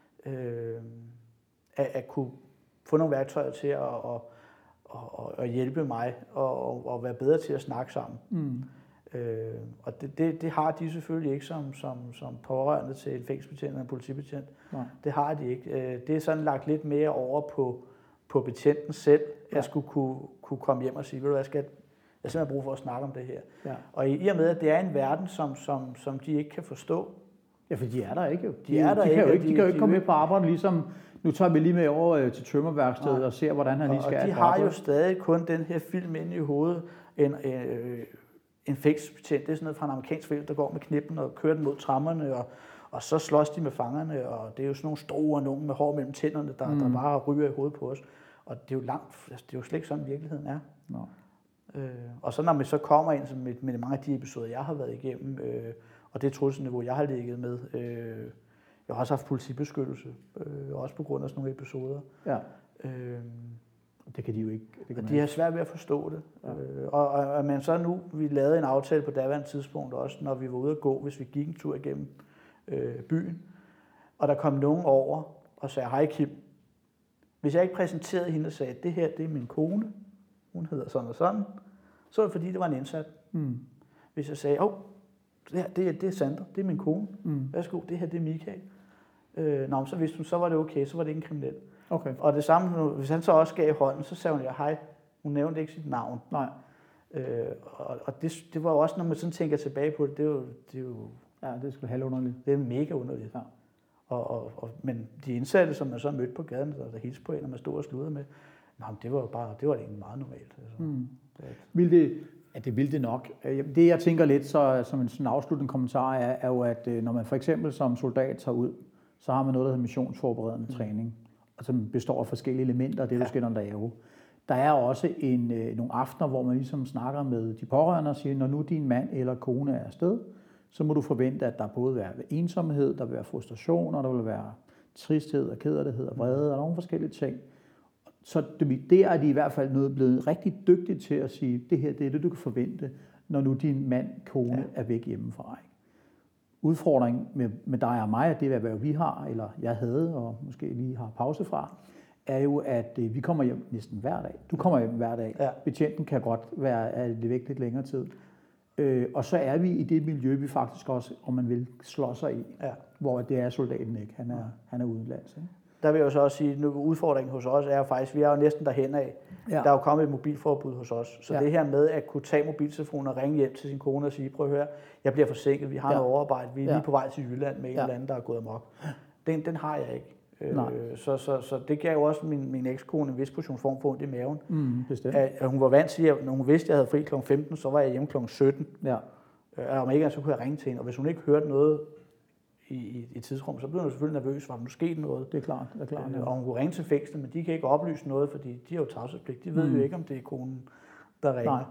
At kunne få nogle værktøjer til at hjælpe mig og være bedre til at snakke sammen. Og det har de selvfølgelig ikke som pårørende til en fængselsbetjent eller en politibetjent. Nej. Det har de ikke. Det er sådan lagt lidt mere over på betjenten selv, at skulle kunne komme hjem og sige, ved du hvad, jeg simpelthen brug for at snakke om det her. Ja. Og i og med, at det er en verden, som de ikke kan forstå. Ja, for de er der ikke. De kan jo ikke komme med på arbejde, ligesom nu tager vi lige med over til tømmerværkstedet og ser, hvordan han lige skal. Og de har jo stadig kun den her film inde i hovedet, en fængselsbetjent, det er sådan noget fra en amerikansk film, der går med knippen og kører den mod trammerne, og så slås de med fangerne, og det er jo sådan nogle store nogen med hår mellem tænderne, der bare ryger i hovedet på os. Og det er jo det er jo slet ikke sådan, virkeligheden er. No. Og så når man så kommer ind med mange af de episoder, jeg har været igennem, og det trusselsniveau, jeg har ligget med, jeg har også haft politibeskyttelse, også på grund af sådan nogle episoder. Ja. Det kan de jo ikke. De har svært ved at forstå det. Ja. Men så nu, vi lavede en aftale på daværende tidspunkt også, når vi var ude at gå, hvis vi gik en tur igennem byen, og der kom nogen over og sagde, hej Kim. Hvis jeg ikke præsenterede hende og sagde, at det her, det er min kone, hun hedder sådan og sådan, så var det fordi, det var en indsat. Hvis jeg sagde, det er Sandra, det er min kone, værsgo, det her, det er Michael. Så vidste hun, så var det okay, så var det ikke en kriminel. Okay. Og det samme, hvis han så også gav hånden, så sagde hun, hej, hun nævnte ikke sit navn. Nej. Og det var også, når man sådan tænker tilbage på det, det er jo ja, det skulle halve underligt. Det er mega underligt. Ja. Men de indsatte, som man så mødte på gaden, der hilste på en, og man stod og sludrede med, Nej, det var egentlig meget normalt. Altså. Det ville det nok. Det jeg tænker lidt så, som en sådan afsluttende kommentar er jo, at når man for eksempel som soldat tager ud, så har man noget, der hedder missionsforberedende træning, og som består af forskellige elementer, det du skal lave. Der er også nogle aftener, hvor man ligesom snakker med de pårørende og siger, når nu din mand eller kone er afsted, så må du forvente, at der både vil være ensomhed, der vil være frustration, og der vil være tristhed og kederlighed og vrede og nogle forskellige ting. Så der er de i hvert fald blevet rigtig dygtige til at sige, det her det er det, du kan forvente, når nu din mand, kone er væk hjemmefra. Ikke? Udfordringen med dig og mig, det er, hvad vi har, eller jeg havde, og måske lige har pause fra, er jo, at vi kommer hjem næsten hver dag. Du kommer hjem hver dag. Ja. Betjenten kan godt være væk lidt længere tid. Og så er vi i det miljø, vi faktisk også, om man vil, slå sig i, hvor det er soldaten ikke. Han er udenlands. Ikke? Der vil jeg jo så også sige, at udfordringen hos os er jo faktisk, vi er jo næsten derhen af. Ja. Der er jo kommet et mobilforbud hos os. Så det her med at kunne tage mobiltelefonen og ringe hjem til sin kone og sige, prøv at høre, jeg bliver forsinket, vi har noget overarbejde, vi er lige på vej til Jylland med en eller anden, der er gået amok. Den har jeg ikke. Så det gav jo også min ekskone en vis portionsform for ondt i maven. At hun var vant til, at når hun vidste, at jeg havde fri kl. 15, så var jeg hjemme kl. 17. Ja. Og om ikke så kunne jeg ringe til hende. Og hvis hun ikke hørte noget i tidsrum, så blev hun selvfølgelig nervøs, var der nu sket noget. Det er klart. Og hun kunne ringe til fængslet, men de kan ikke oplyse noget, fordi de har jo tavshedspligt. De ved jo ikke, om det er konen, der ringer.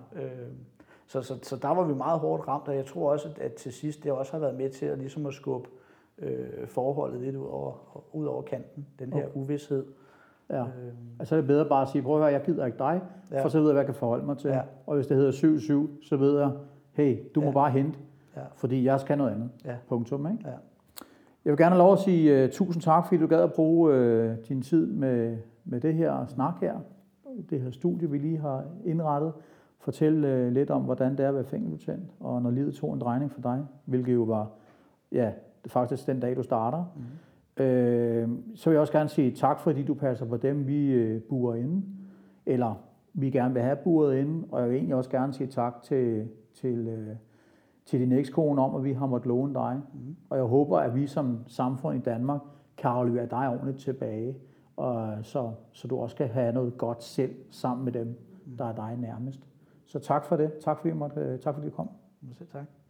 Så der var vi meget hårdt ramt, og jeg tror også, at til sidst det også har været med til at, ligesom at skubbe forholdet lidt ud over kanten, den her uvished. Ja. Altså er det bedre bare at sige, prøv at høre, jeg gider ikke dig, for så ved jeg, hvad jeg kan forholde mig til. Ja. Og hvis det hedder 7-7, så ved jeg, hey, du må bare hente, fordi jeg skal noget andet. Ja. Punktum, ikke? Ja. Jeg vil gerne have lov at sige tusind tak, fordi du gad at bruge din tid med det her snak her, det her studie, vi lige har indrettet. Fortæl lidt om, hvordan det er at være fængselsbetjent, og når livet tog en drejning for dig, hvilket jo var, det er faktisk den dag, du starter. Så vil jeg også gerne sige tak, fordi du passer på dem, vi burer inde, eller vi gerne vil have buret inde, og jeg vil egentlig også gerne sige tak til din ekskone om, at vi har måttet låne dig. Og jeg håber, at vi som samfund i Danmark kan aflevere dig ordentligt tilbage, og så du også kan have noget godt selv sammen med dem, der er dig nærmest. Så tak for det. Tak fordi du kom. Tak.